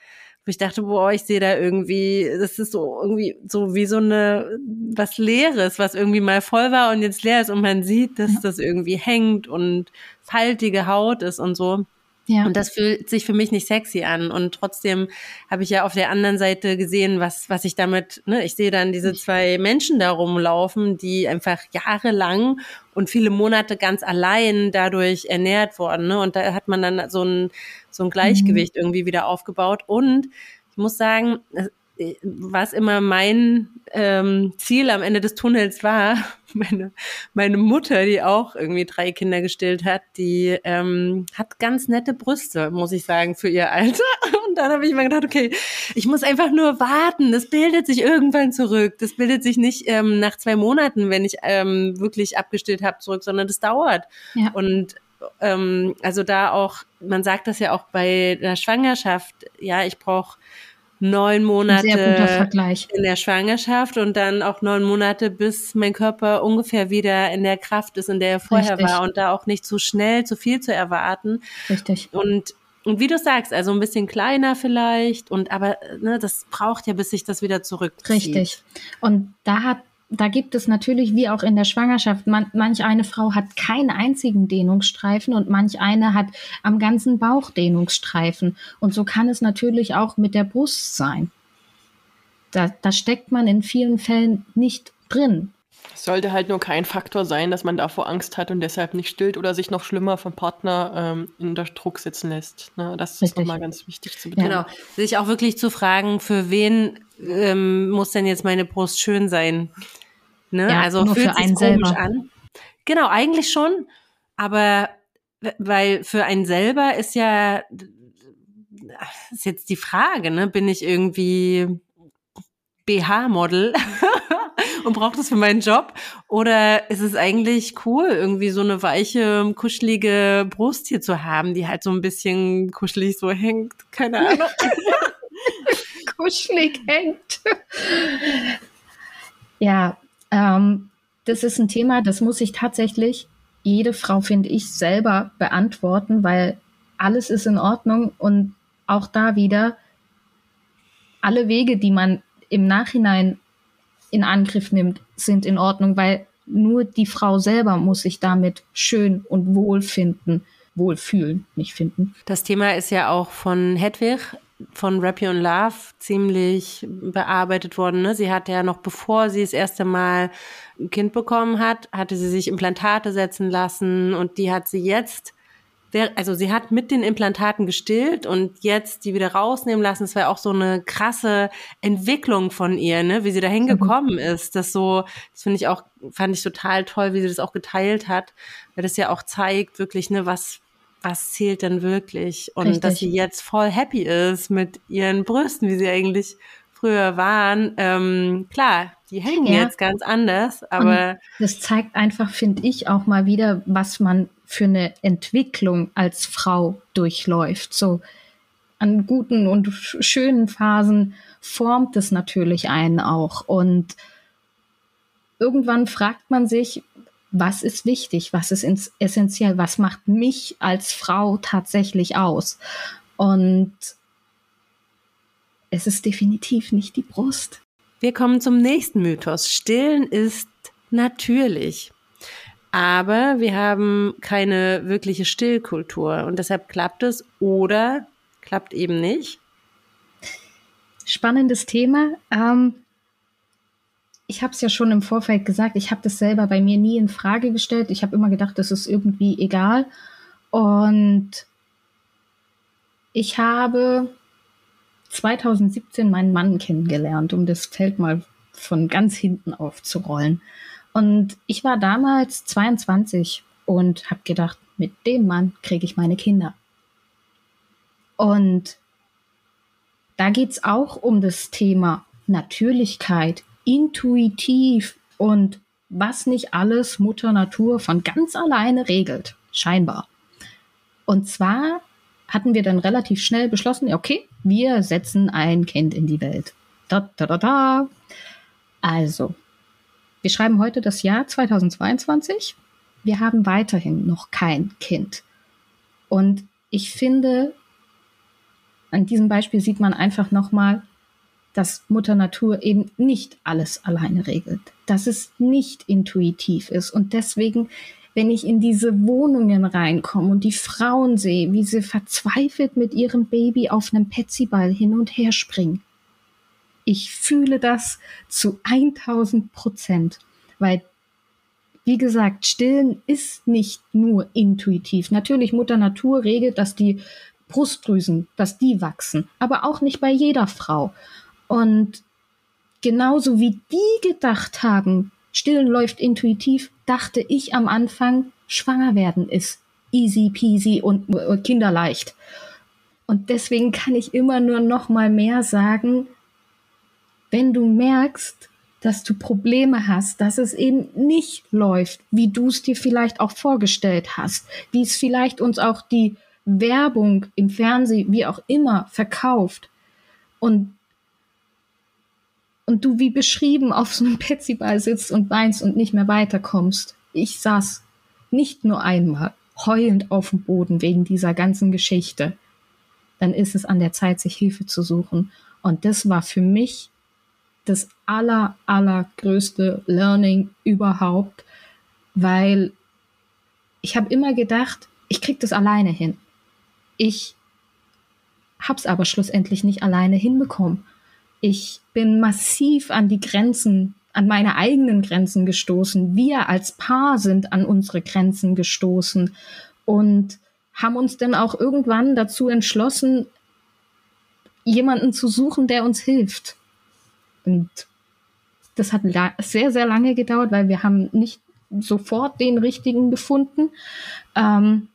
Speaker 1: wo ich dachte, boah, ich sehe da irgendwie, das ist so irgendwie so wie so eine, was Leeres, was irgendwie mal voll war und jetzt leer ist und man sieht, dass das irgendwie hängt und faltige Haut ist und so. Ja. Und das fühlt sich für mich nicht sexy an. Und trotzdem habe ich ja auf der anderen Seite gesehen, was was ich damit, ne, ich sehe dann diese zwei Menschen da rumlaufen, die einfach jahrelang und viele Monate ganz allein dadurch ernährt wurden, ne? Und da hat man dann so ein so ein Gleichgewicht mhm. irgendwie wieder aufgebaut. Und ich muss sagen, was immer mein ähm, Ziel am Ende des Tunnels war, meine meine Mutter, die auch irgendwie drei Kinder gestillt hat, die ähm, hat ganz nette Brüste, muss ich sagen, für ihr Alter. Und dann habe ich mir gedacht, okay, ich muss einfach nur warten. Das bildet sich irgendwann zurück. Das bildet sich nicht ähm, nach zwei Monaten, wenn ich ähm, wirklich abgestillt habe, zurück, sondern das dauert. Ja. Und ähm, also da auch, man sagt das ja auch bei der Schwangerschaft, ja, ich brauche neun Monate in der Schwangerschaft und dann auch neun Monate, bis mein Körper ungefähr wieder in der Kraft ist, in der er vorher Richtig. war und da auch nicht zu schnell, zu viel zu erwarten.
Speaker 2: Richtig.
Speaker 1: Und und wie du sagst, also ein bisschen kleiner vielleicht und aber ne, das braucht ja, bis sich das wieder zurückzieht.
Speaker 2: Richtig. Und da hat Da gibt es natürlich, wie auch in der Schwangerschaft, man, manch eine Frau hat keinen einzigen Dehnungsstreifen und manch eine hat am ganzen Bauch Dehnungsstreifen. Und so kann es natürlich auch mit der Brust sein. Da, da steckt man in vielen Fällen nicht drin.
Speaker 4: Es sollte halt nur kein Faktor sein, dass man davor Angst hat und deshalb nicht stillt oder sich noch schlimmer vom Partner ähm, unter Druck setzen lässt. Na, das Richtig. ist nochmal ganz wichtig zu betonen.
Speaker 1: Genau, sich auch wirklich zu fragen, für wen ähm, muss denn jetzt meine Brust schön sein? Ne?
Speaker 2: Ja,
Speaker 1: also
Speaker 2: nur
Speaker 1: fühlt
Speaker 2: für
Speaker 1: sich
Speaker 2: einen
Speaker 1: komisch
Speaker 2: selber.
Speaker 1: an. Genau, eigentlich schon, aber weil für einen selber ist ja, ist jetzt die Frage, ne? Bin ich irgendwie B H-Model und brauche das für meinen Job? Oder ist es eigentlich cool, irgendwie so eine weiche, kuschelige Brust hier zu haben, die halt so ein bisschen kuschelig so hängt? Keine Ahnung.
Speaker 2: Kuschelig hängt. Ja, Ähm, das ist ein Thema, das muss sich tatsächlich jede Frau, finde ich, selber beantworten, weil alles ist in Ordnung und auch da wieder alle Wege, die man im Nachhinein in Angriff nimmt, sind in Ordnung, weil nur die Frau selber muss sich damit schön und wohl finden, wohlfühlen, nicht finden.
Speaker 1: Das Thema ist ja auch von Hedwig von Wrap You in Love ziemlich bearbeitet worden. Ne? Sie hatte ja noch, bevor sie das erste Mal ein Kind bekommen hat, hatte sie sich Implantate setzen lassen und die hat sie jetzt, also sie hat mit den Implantaten gestillt und jetzt die wieder rausnehmen lassen. Das war auch so eine krasse Entwicklung von ihr, ne? Wie sie dahin gekommen ist. Das so, das finde ich auch, fand ich total toll, wie sie das auch geteilt hat, weil das ja auch zeigt wirklich, ne, was was zählt denn wirklich? Und Richtig. dass sie jetzt voll happy ist mit ihren Brüsten, wie sie eigentlich früher waren. Ähm, klar, die hängen ja. jetzt ganz anders, aber
Speaker 2: und das zeigt einfach, finde ich, auch mal wieder, was man für eine Entwicklung als Frau durchläuft. So an guten und schönen Phasen formt es natürlich einen auch. Und irgendwann fragt man sich, was ist wichtig, was ist essentiell, was macht mich als Frau tatsächlich aus? Und es ist definitiv nicht die Brust.
Speaker 1: Wir kommen zum nächsten Mythos. Stillen ist natürlich. Aber wir haben keine wirkliche Stillkultur und deshalb klappt es oder klappt eben nicht.
Speaker 2: Spannendes Thema. Ähm, Ich habe es ja schon im Vorfeld gesagt, ich habe das selber bei mir nie in Frage gestellt. Ich habe immer gedacht, das ist irgendwie egal. Und ich habe zwanzig siebzehn meinen Mann kennengelernt, um das Feld mal von ganz hinten aufzurollen. Und ich war damals zweiundzwanzig und habe gedacht, mit dem Mann kriege ich meine Kinder. Und da geht es auch um das Thema Natürlichkeit, intuitiv und was nicht alles Mutter Natur von ganz alleine regelt, scheinbar. Und zwar hatten wir dann relativ schnell beschlossen, okay, wir setzen ein Kind in die Welt. Da, da, da, da. Also, wir schreiben heute das Jahr zweitausendzweiundzwanzig. Wir haben weiterhin noch kein Kind. Und ich finde, an diesem Beispiel sieht man einfach nochmal, dass Mutter Natur eben nicht alles alleine regelt, dass es nicht intuitiv ist. Und deswegen, wenn ich in diese Wohnungen reinkomme und die Frauen sehe, wie sie verzweifelt mit ihrem Baby auf einem Petsyball hin und her springen, ich fühle das zu tausend Prozent, weil, wie gesagt, Stillen ist nicht nur intuitiv. Natürlich, Mutter Natur regelt, dass die Brustdrüsen, dass die wachsen, aber auch nicht bei jeder Frau. Und genauso wie die gedacht haben, Stillen läuft intuitiv, dachte ich am Anfang, schwanger werden ist easy peasy und äh, kinderleicht. Und deswegen kann ich immer nur noch mal mehr sagen, wenn du merkst, dass du Probleme hast, dass es eben nicht läuft, wie du es dir vielleicht auch vorgestellt hast, wie es vielleicht uns auch die Werbung im Fernsehen, wie auch immer, verkauft. Und Und du wie beschrieben auf so einem Petsyball sitzt und weinst und nicht mehr weiterkommst. Ich saß nicht nur einmal heulend auf dem Boden wegen dieser ganzen Geschichte. Dann ist es an der Zeit, sich Hilfe zu suchen. Und das war für mich das aller, allergrößte Learning überhaupt, weil ich habe immer gedacht, ich krieg das alleine hin. Ich hab's aber schlussendlich nicht alleine hinbekommen. Ich bin massiv an die Grenzen, an meine eigenen Grenzen gestoßen. Wir als Paar sind an unsere Grenzen gestoßen und haben uns dann auch irgendwann dazu entschlossen, jemanden zu suchen, der uns hilft. Und das hat sehr, sehr lange gedauert, weil wir haben nicht sofort den richtigen gefunden. Ähm,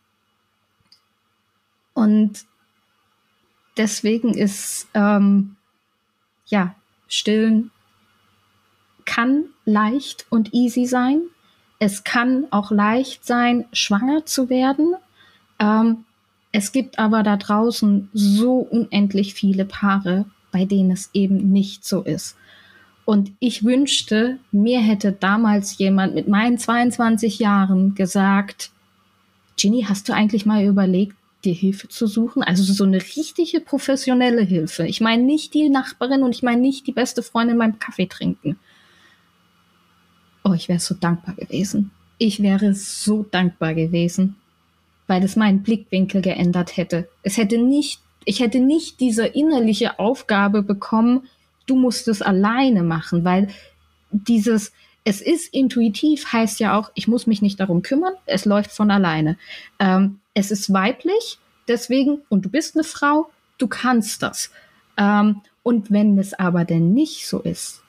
Speaker 2: und deswegen ist ähm, ja, Stillen kann leicht und easy sein. Es kann auch leicht sein, schwanger zu werden. Ähm, es gibt aber da draußen so unendlich viele Paare, bei denen es eben nicht so ist. Und ich wünschte, mir hätte damals jemand mit meinen zweiundzwanzig Jahren gesagt, Ginny, hast du eigentlich mal überlegt, dir Hilfe zu suchen? Also so eine richtige professionelle Hilfe. Ich meine nicht die Nachbarin und ich meine nicht die beste Freundin beim Kaffee trinken. Oh, ich wäre so dankbar gewesen. Ich wäre so dankbar gewesen, weil es meinen Blickwinkel geändert hätte. Es hätte nicht, ich hätte nicht diese innerliche Aufgabe bekommen, du musst es alleine machen, weil dieses, es ist intuitiv, heißt ja auch, ich muss mich nicht darum kümmern, es läuft von alleine. Ähm, Es ist weiblich, deswegen, und du bist eine Frau, du kannst das. Ähm, und wenn es aber denn nicht so ist,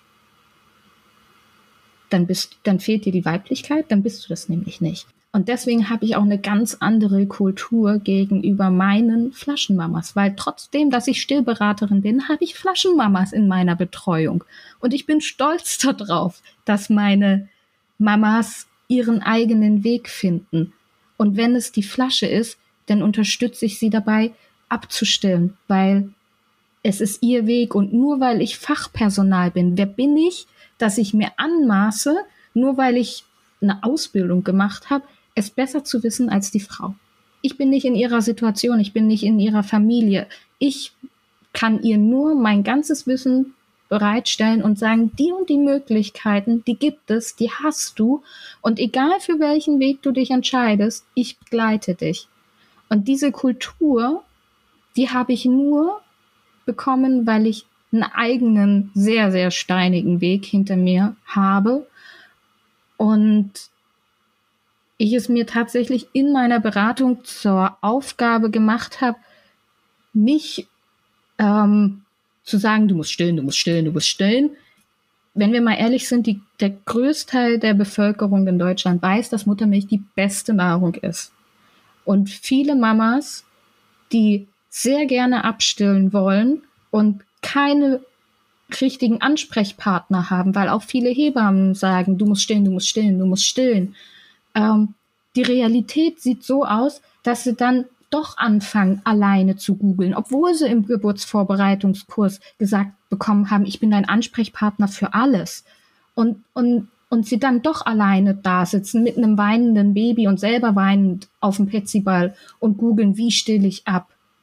Speaker 2: dann bist, dann fehlt dir die Weiblichkeit, dann bist du das nämlich nicht. Und deswegen habe ich auch eine ganz andere Kultur gegenüber meinen Flaschenmamas, weil trotzdem, dass ich Stillberaterin bin, habe ich Flaschenmamas in meiner Betreuung. Und ich bin stolz darauf, dass meine Mamas ihren eigenen Weg finden. Und wenn es die Flasche ist, dann unterstütze ich sie dabei, abzustillen, weil es ist ihr Weg. Und nur weil ich Fachpersonal bin, wer bin ich, dass ich mir anmaße, nur weil ich eine Ausbildung gemacht habe, es besser zu wissen als die Frau. Ich bin nicht in ihrer Situation, ich bin nicht in ihrer Familie. Ich kann ihr nur mein ganzes Wissen bereitstellen und sagen, die und die Möglichkeiten, die gibt es, die hast du. Und egal für welchen Weg du dich entscheidest, ich begleite dich. Und diese Kultur, die habe ich nur bekommen, weil ich einen eigenen, sehr, sehr steinigen Weg hinter mir habe. Und ich es mir tatsächlich in meiner Beratung zur Aufgabe gemacht habe, nicht ähm, zu sagen, du musst stillen, du musst stillen, du musst stillen. Wenn wir mal ehrlich sind, die, der Größteil der Bevölkerung in Deutschland weiß, dass Muttermilch die beste Nahrung ist. Und viele Mamas, die sehr gerne abstillen wollen und keine richtigen Ansprechpartner haben, weil auch viele Hebammen sagen, du musst stillen, du musst stillen, du musst stillen. Ähm, die Realität sieht so aus, dass sie dann doch anfangen, alleine zu googeln, obwohl sie im Geburtsvorbereitungskurs gesagt bekommen haben, ich bin dein Ansprechpartner für alles. Und, und, und sie dann doch alleine da sitzen mit einem weinenden Baby und selber weinend auf dem Petsyball und googeln, wie still ich ab.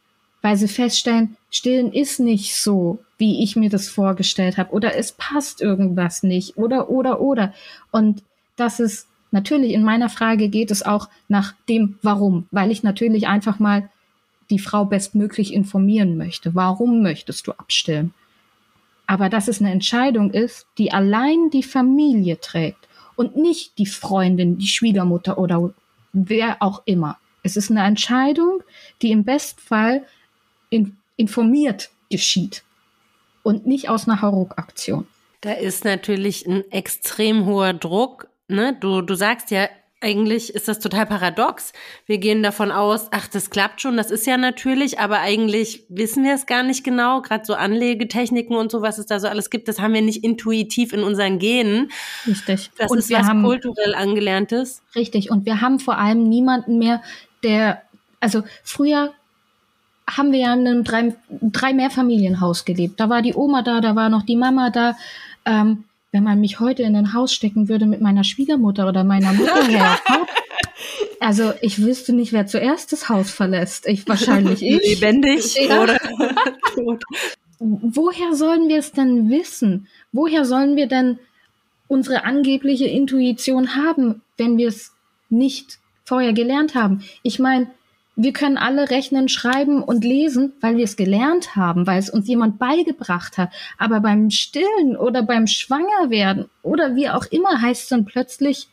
Speaker 2: weil sie feststellen, Stillen ist nicht so, wie ich mir das vorgestellt habe, oder es passt irgendwas nicht, oder, oder, oder. Und das ist natürlich, in meiner Frage geht es auch nach dem Warum, weil ich natürlich einfach mal die Frau bestmöglich informieren möchte. Warum möchtest du abstillen? Aber dass es eine Entscheidung ist, die allein die Familie trägt und nicht die Freundin, die Schwiegermutter oder wer auch immer. Es ist eine Entscheidung, die im Bestfall in, informiert geschieht und nicht aus einer Hauruck-Aktion.
Speaker 1: Da ist natürlich ein extrem hoher Druck. Ne? Du, du sagst ja, eigentlich ist das total paradox. Wir gehen davon aus, ach, das klappt schon, das ist ja natürlich, aber eigentlich wissen wir es gar nicht genau. Gerade so Anlegetechniken und so, was es da so alles gibt, das haben wir nicht intuitiv in unseren Genen.
Speaker 2: Richtig.
Speaker 1: Das
Speaker 2: und
Speaker 1: ist
Speaker 2: wir
Speaker 1: was
Speaker 2: haben,
Speaker 1: kulturell Angelerntes.
Speaker 2: Richtig. Und wir haben vor allem niemanden mehr, der, also früher haben wir ja in einem drei, drei Mehrfamilienhaus gelebt. Da war die Oma da, da war noch die Mama da. Ähm, Wenn man mich heute in ein Haus stecken würde mit meiner Schwiegermutter oder meiner Mutter her, also ich wüsste nicht, wer zuerst das Haus verlässt. Ich wahrscheinlich ich.
Speaker 1: Lebendig
Speaker 2: ja.
Speaker 1: oder tot.
Speaker 2: Woher sollen wir es denn wissen? Woher sollen wir denn unsere angebliche Intuition haben, wenn wir es nicht vorher gelernt haben? Ich meine, wir können alle rechnen, schreiben und lesen, weil wir es gelernt haben, weil es uns jemand beigebracht hat. Aber beim Stillen oder beim Schwangerwerden oder wie auch immer heißt es dann plötzlich,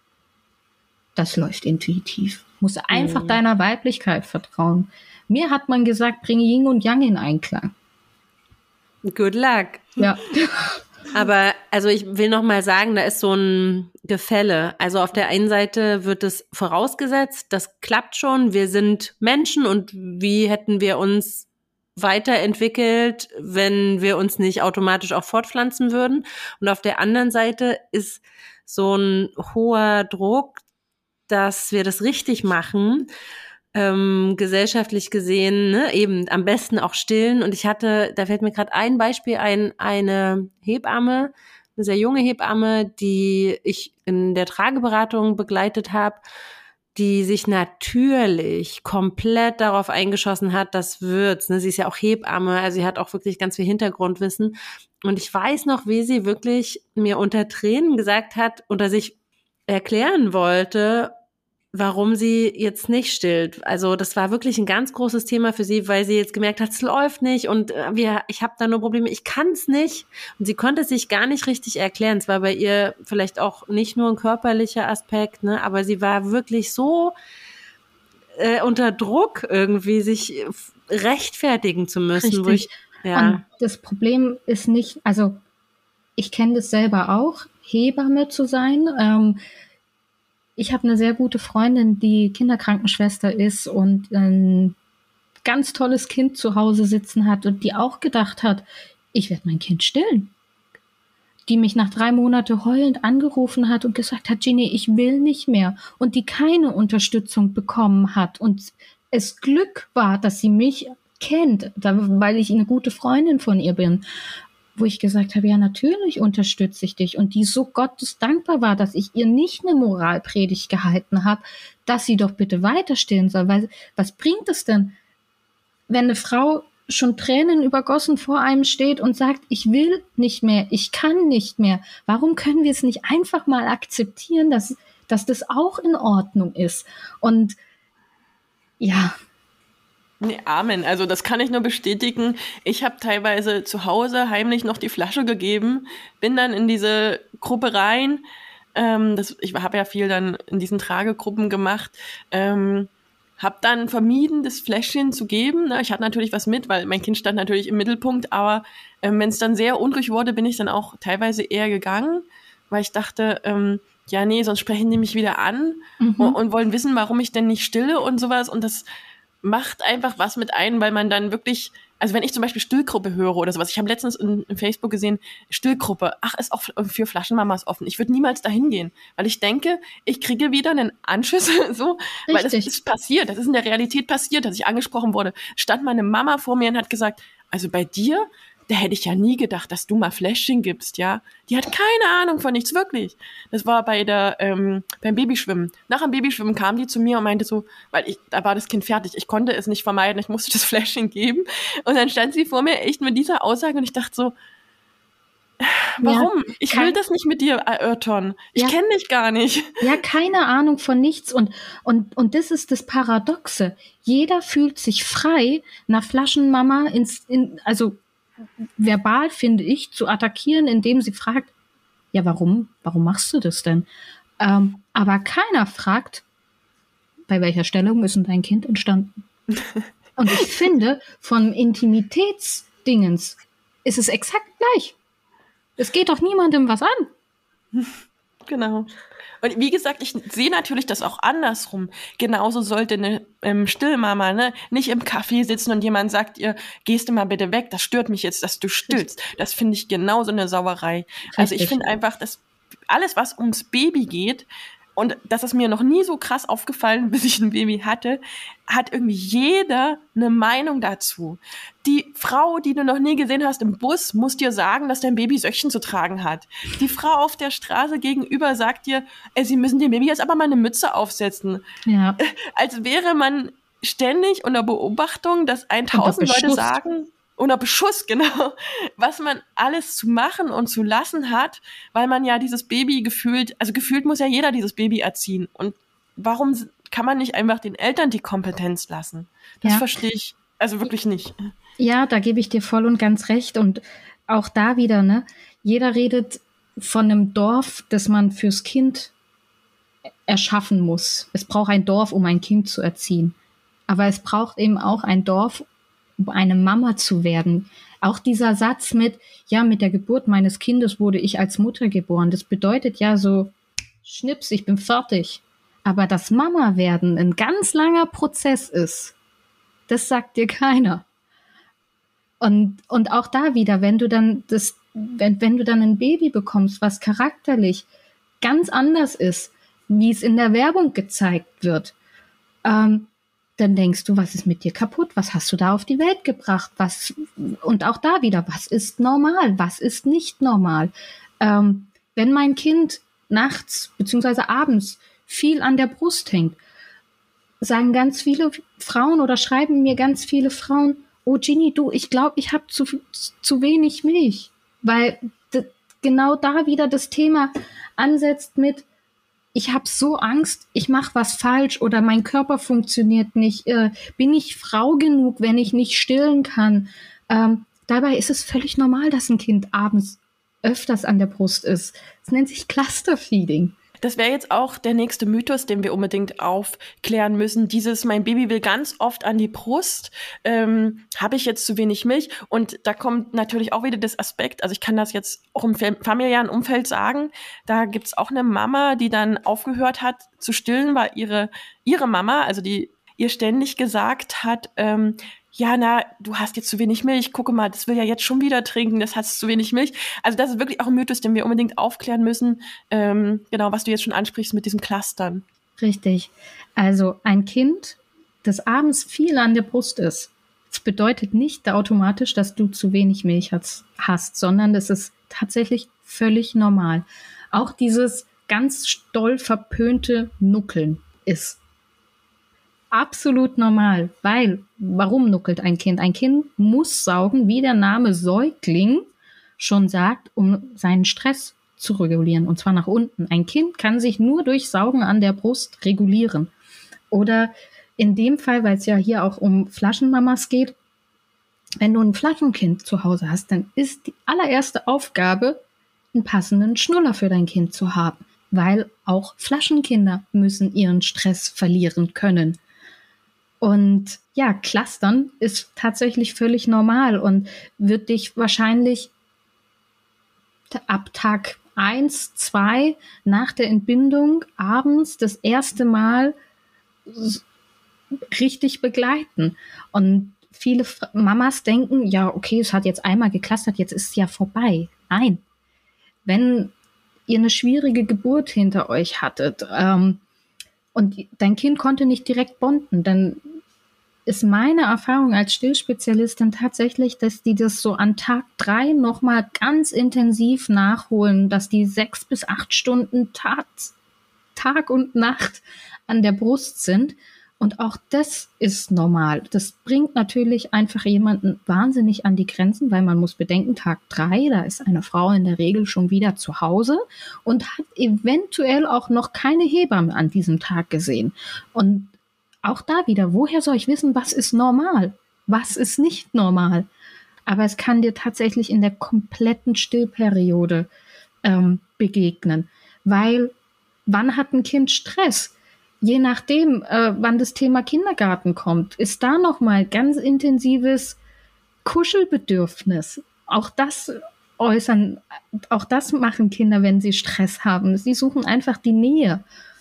Speaker 2: das läuft intuitiv. Muss einfach mhm. deiner Weiblichkeit vertrauen. Mir hat man gesagt, bringe Yin und Yang in Einklang.
Speaker 1: Good luck.
Speaker 2: Ja.
Speaker 1: Aber also ich will noch mal sagen, da ist so ein Gefälle. Also auf der einen Seite wird es vorausgesetzt, das klappt schon, wir sind Menschen und wie hätten wir uns weiterentwickelt, wenn wir uns nicht automatisch auch fortpflanzen würden. Und auf der anderen Seite ist so ein hoher Druck, dass wir das richtig machen, ähm, gesellschaftlich gesehen, ne, eben am besten auch stillen. Und ich hatte, da fällt mir gerade ein Beispiel ein, eine Hebamme, eine sehr junge Hebamme, die ich in der Trageberatung begleitet habe, die sich natürlich komplett darauf eingeschossen hat, das wird's. Ne? Sie ist ja auch Hebamme, also sie hat auch wirklich ganz viel Hintergrundwissen. Und ich weiß noch, wie sie wirklich mir unter Tränen gesagt hat oder sich erklären wollte, warum sie jetzt nicht stillt. Also das war wirklich ein ganz großes Thema für sie, weil sie jetzt gemerkt hat, es läuft nicht und wir, ich habe da nur Probleme, ich kann es nicht. Und sie konnte es sich gar nicht richtig erklären. Es war bei ihr vielleicht auch nicht nur ein körperlicher Aspekt, ne, aber sie war wirklich so äh, unter Druck irgendwie, sich rechtfertigen zu müssen.
Speaker 2: Richtig.
Speaker 1: Wo ich, ja.
Speaker 2: Und das Problem ist nicht, also ich kenne das selber auch, Hebamme zu sein. Ähm, Ich habe eine sehr gute Freundin, die Kinderkrankenschwester ist und ein ganz tolles Kind zu Hause sitzen hat und die auch gedacht hat, ich werde mein Kind stillen. Die mich nach drei Monaten heulend angerufen hat und gesagt hat, Ginny, ich will nicht mehr. Und die keine Unterstützung bekommen hat. Und es Glück war, dass sie mich kennt, weil ich eine gute Freundin von ihr bin. Wo ich gesagt habe, ja, natürlich unterstütze ich dich. Und die so Gottes dankbar war, dass ich ihr nicht eine Moralpredigt gehalten habe, dass sie doch bitte weiter stillen soll. Weil was bringt es denn, wenn eine Frau schon Tränen übergossen vor einem steht und sagt, ich will nicht mehr, ich kann nicht mehr. Warum können wir es nicht einfach mal akzeptieren, dass, dass das auch in Ordnung ist? Und ja,
Speaker 4: Nee, Amen. Also das kann ich nur bestätigen. Ich habe teilweise zu Hause heimlich noch die Flasche gegeben, bin dann in diese Gruppe rein. Ähm, das, ich habe ja viel dann in diesen Tragegruppen gemacht. Ähm, habe dann vermieden, das Fläschchen zu geben. Ne? Ich hatte natürlich was mit, weil mein Kind stand natürlich im Mittelpunkt. Aber ähm, wenn es dann sehr unruhig wurde, bin ich dann auch teilweise eher gegangen, weil ich dachte, ähm, ja nee, sonst sprechen die mich wieder an mhm. und, und wollen wissen, warum ich denn nicht stille und sowas. Und das macht einfach was mit ein, weil man dann wirklich, also wenn ich zum Beispiel Stillgruppe höre oder sowas, ich habe letztens in, in Facebook gesehen, Stillgruppe, ach, ist auch für Flaschenmamas offen. Ich würde niemals dahin gehen, weil ich denke, ich kriege wieder einen Anschiss, so, Richtig. Weil das ist passiert, das ist in der Realität passiert, dass ich angesprochen wurde. Stand meine Mama vor mir und hat gesagt, also bei dir, da hätte ich ja nie gedacht, dass du mal Fläschchen gibst, ja. Die hat keine Ahnung von nichts, wirklich. Das war bei der, ähm, beim Babyschwimmen. Nach dem Babyschwimmen kam die zu mir und meinte so, weil ich, da war das Kind fertig, ich konnte es nicht vermeiden, ich musste das Fläschchen geben. Und dann stand sie vor mir echt mit dieser Aussage und ich dachte so, warum? Ja, ich will das nicht mit dir erörtern. Ich ja, kenne dich gar nicht.
Speaker 2: Ja, keine Ahnung von nichts. Und, und, und das ist das Paradoxe. Jeder fühlt sich frei, einer Flaschenmama ins, in, also verbal, finde ich, zu attackieren, indem sie fragt, ja, warum? Warum machst du das denn? Ähm, aber keiner fragt, bei welcher Stellung ist denn dein Kind entstanden? Und ich finde, von Intimitätsdingens ist es exakt gleich. Es geht doch niemandem was an.
Speaker 4: Genau. Und wie gesagt, ich sehe natürlich das auch andersrum. Genauso sollte eine ähm, Stillmama ne, nicht im Café sitzen und jemand sagt ihr, gehst du mal bitte weg, das stört mich jetzt, dass du stillst. Das finde ich genauso eine Sauerei. Richtig. Also ich finde einfach, dass alles, was ums Baby geht, und das ist mir noch nie so krass aufgefallen, bis ich ein Baby hatte, hat irgendwie jeder eine Meinung dazu. Die Frau, die du noch nie gesehen hast im Bus, muss dir sagen, dass dein Baby Söckchen zu tragen hat. Die Frau auf der Straße gegenüber sagt dir, ey, sie müssen dem Baby jetzt aber mal eine Mütze aufsetzen. Ja. Als wäre man ständig unter Beobachtung, dass tausend Leute sagen, unter Beschuss, genau, was man alles zu machen und zu lassen hat, weil man ja dieses Baby gefühlt, also gefühlt muss ja jeder dieses Baby erziehen. Und warum kann man nicht einfach den Eltern die Kompetenz lassen? Das ja. verstehe ich also wirklich nicht.
Speaker 2: Ja, da gebe ich dir voll und ganz recht. Und auch da wieder, ne, jeder redet von einem Dorf, das man fürs Kind erschaffen muss. Es braucht ein Dorf, um ein Kind zu erziehen. Aber es braucht eben auch ein Dorf, um eine Mama zu werden. Auch dieser Satz mit, ja, mit der Geburt meines Kindes wurde ich als Mutter geboren. Das bedeutet ja so, schnips, ich bin fertig. Aber dass Mama werden ein ganz langer Prozess ist, das sagt dir keiner. Und, und auch da wieder, wenn du dann das, wenn, wenn du dann ein Baby bekommst, was charakterlich ganz anders ist, wie es in der Werbung gezeigt wird, ähm, dann denkst du, was ist mit dir kaputt? Was hast du da auf die Welt gebracht? Was, und auch da wieder, was ist normal? Was ist nicht normal? Ähm, wenn mein Kind nachts bzw. abends viel an der Brust hängt, sagen ganz viele Frauen oder schreiben mir ganz viele Frauen, oh Ginny, du, ich glaube, ich habe zu, zu wenig Milch. Weil d- genau da wieder das Thema ansetzt mit, ich habe so Angst, ich mache was falsch oder mein Körper funktioniert nicht. Äh, bin ich Frau genug, wenn ich nicht stillen kann? Ähm, dabei ist es völlig normal, dass ein Kind abends öfters an der Brust ist. Das nennt sich Clusterfeeding.
Speaker 4: Das wäre jetzt auch der nächste Mythos, den wir unbedingt aufklären müssen. Dieses, mein Baby will ganz oft an die Brust, ähm, habe ich jetzt zu wenig Milch? Und da kommt natürlich auch wieder das Aspekt, also ich kann das jetzt auch im familiären Umfeld sagen, da gibt's auch eine Mama, die dann aufgehört hat zu stillen, weil ihre, ihre Mama, also die ihr ständig gesagt hat, ähm, ja, na, du hast jetzt zu wenig Milch, gucke mal, das will ja jetzt schon wieder trinken, das hat zu wenig Milch. Also das ist wirklich auch ein Mythos, den wir unbedingt aufklären müssen, ähm, genau, was du jetzt schon ansprichst mit diesem Clustern.
Speaker 2: Richtig. Also ein Kind, das abends viel an der Brust ist, das bedeutet nicht automatisch, dass du zu wenig Milch hast, sondern das ist tatsächlich völlig normal. Auch dieses ganz doll verpönte Nuckeln ist absolut normal, weil, warum nuckelt ein Kind? Ein Kind muss saugen, wie der Name Säugling schon sagt, um seinen Stress zu regulieren, und zwar nach unten. Ein Kind kann sich nur durch Saugen an der Brust regulieren. Oder in dem Fall, weil es ja hier auch um Flaschenmamas geht, wenn du ein Flaschenkind zu Hause hast, dann ist die allererste Aufgabe, einen passenden Schnuller für dein Kind zu haben, weil auch Flaschenkinder müssen ihren Stress verlieren können. Und ja, Clustern ist tatsächlich völlig normal und wird dich wahrscheinlich ab Tag eins, zwei nach der Entbindung abends das erste Mal richtig begleiten. Und viele Mamas denken, ja, okay, es hat jetzt einmal geclustert, jetzt ist es ja vorbei. Nein. Wenn ihr eine schwierige Geburt hinter euch hattet, ähm, und dein Kind konnte nicht direkt bonden, dann ist meine Erfahrung als Stillspezialistin tatsächlich, dass die das so an Tag drei nochmal ganz intensiv nachholen, dass die sechs bis acht Stunden Tag, Tag und Nacht an der Brust sind. Und auch das ist normal. Das bringt natürlich einfach jemanden wahnsinnig an die Grenzen, weil man muss bedenken, Tag drei, da ist eine Frau in der Regel schon wieder zu Hause und hat eventuell auch noch keine Hebamme an diesem Tag gesehen. Und auch da wieder, woher soll ich wissen, was ist normal? Was ist nicht normal? Aber es kann dir tatsächlich in der kompletten Stillperiode ähm, begegnen. Weil, wann hat ein Kind Stress? Je nachdem, äh, wann das Thema Kindergarten kommt, ist da nochmal ganz intensives Kuschelbedürfnis. Auch das äußern, auch das machen Kinder, wenn sie Stress haben. Sie suchen einfach die Nähe.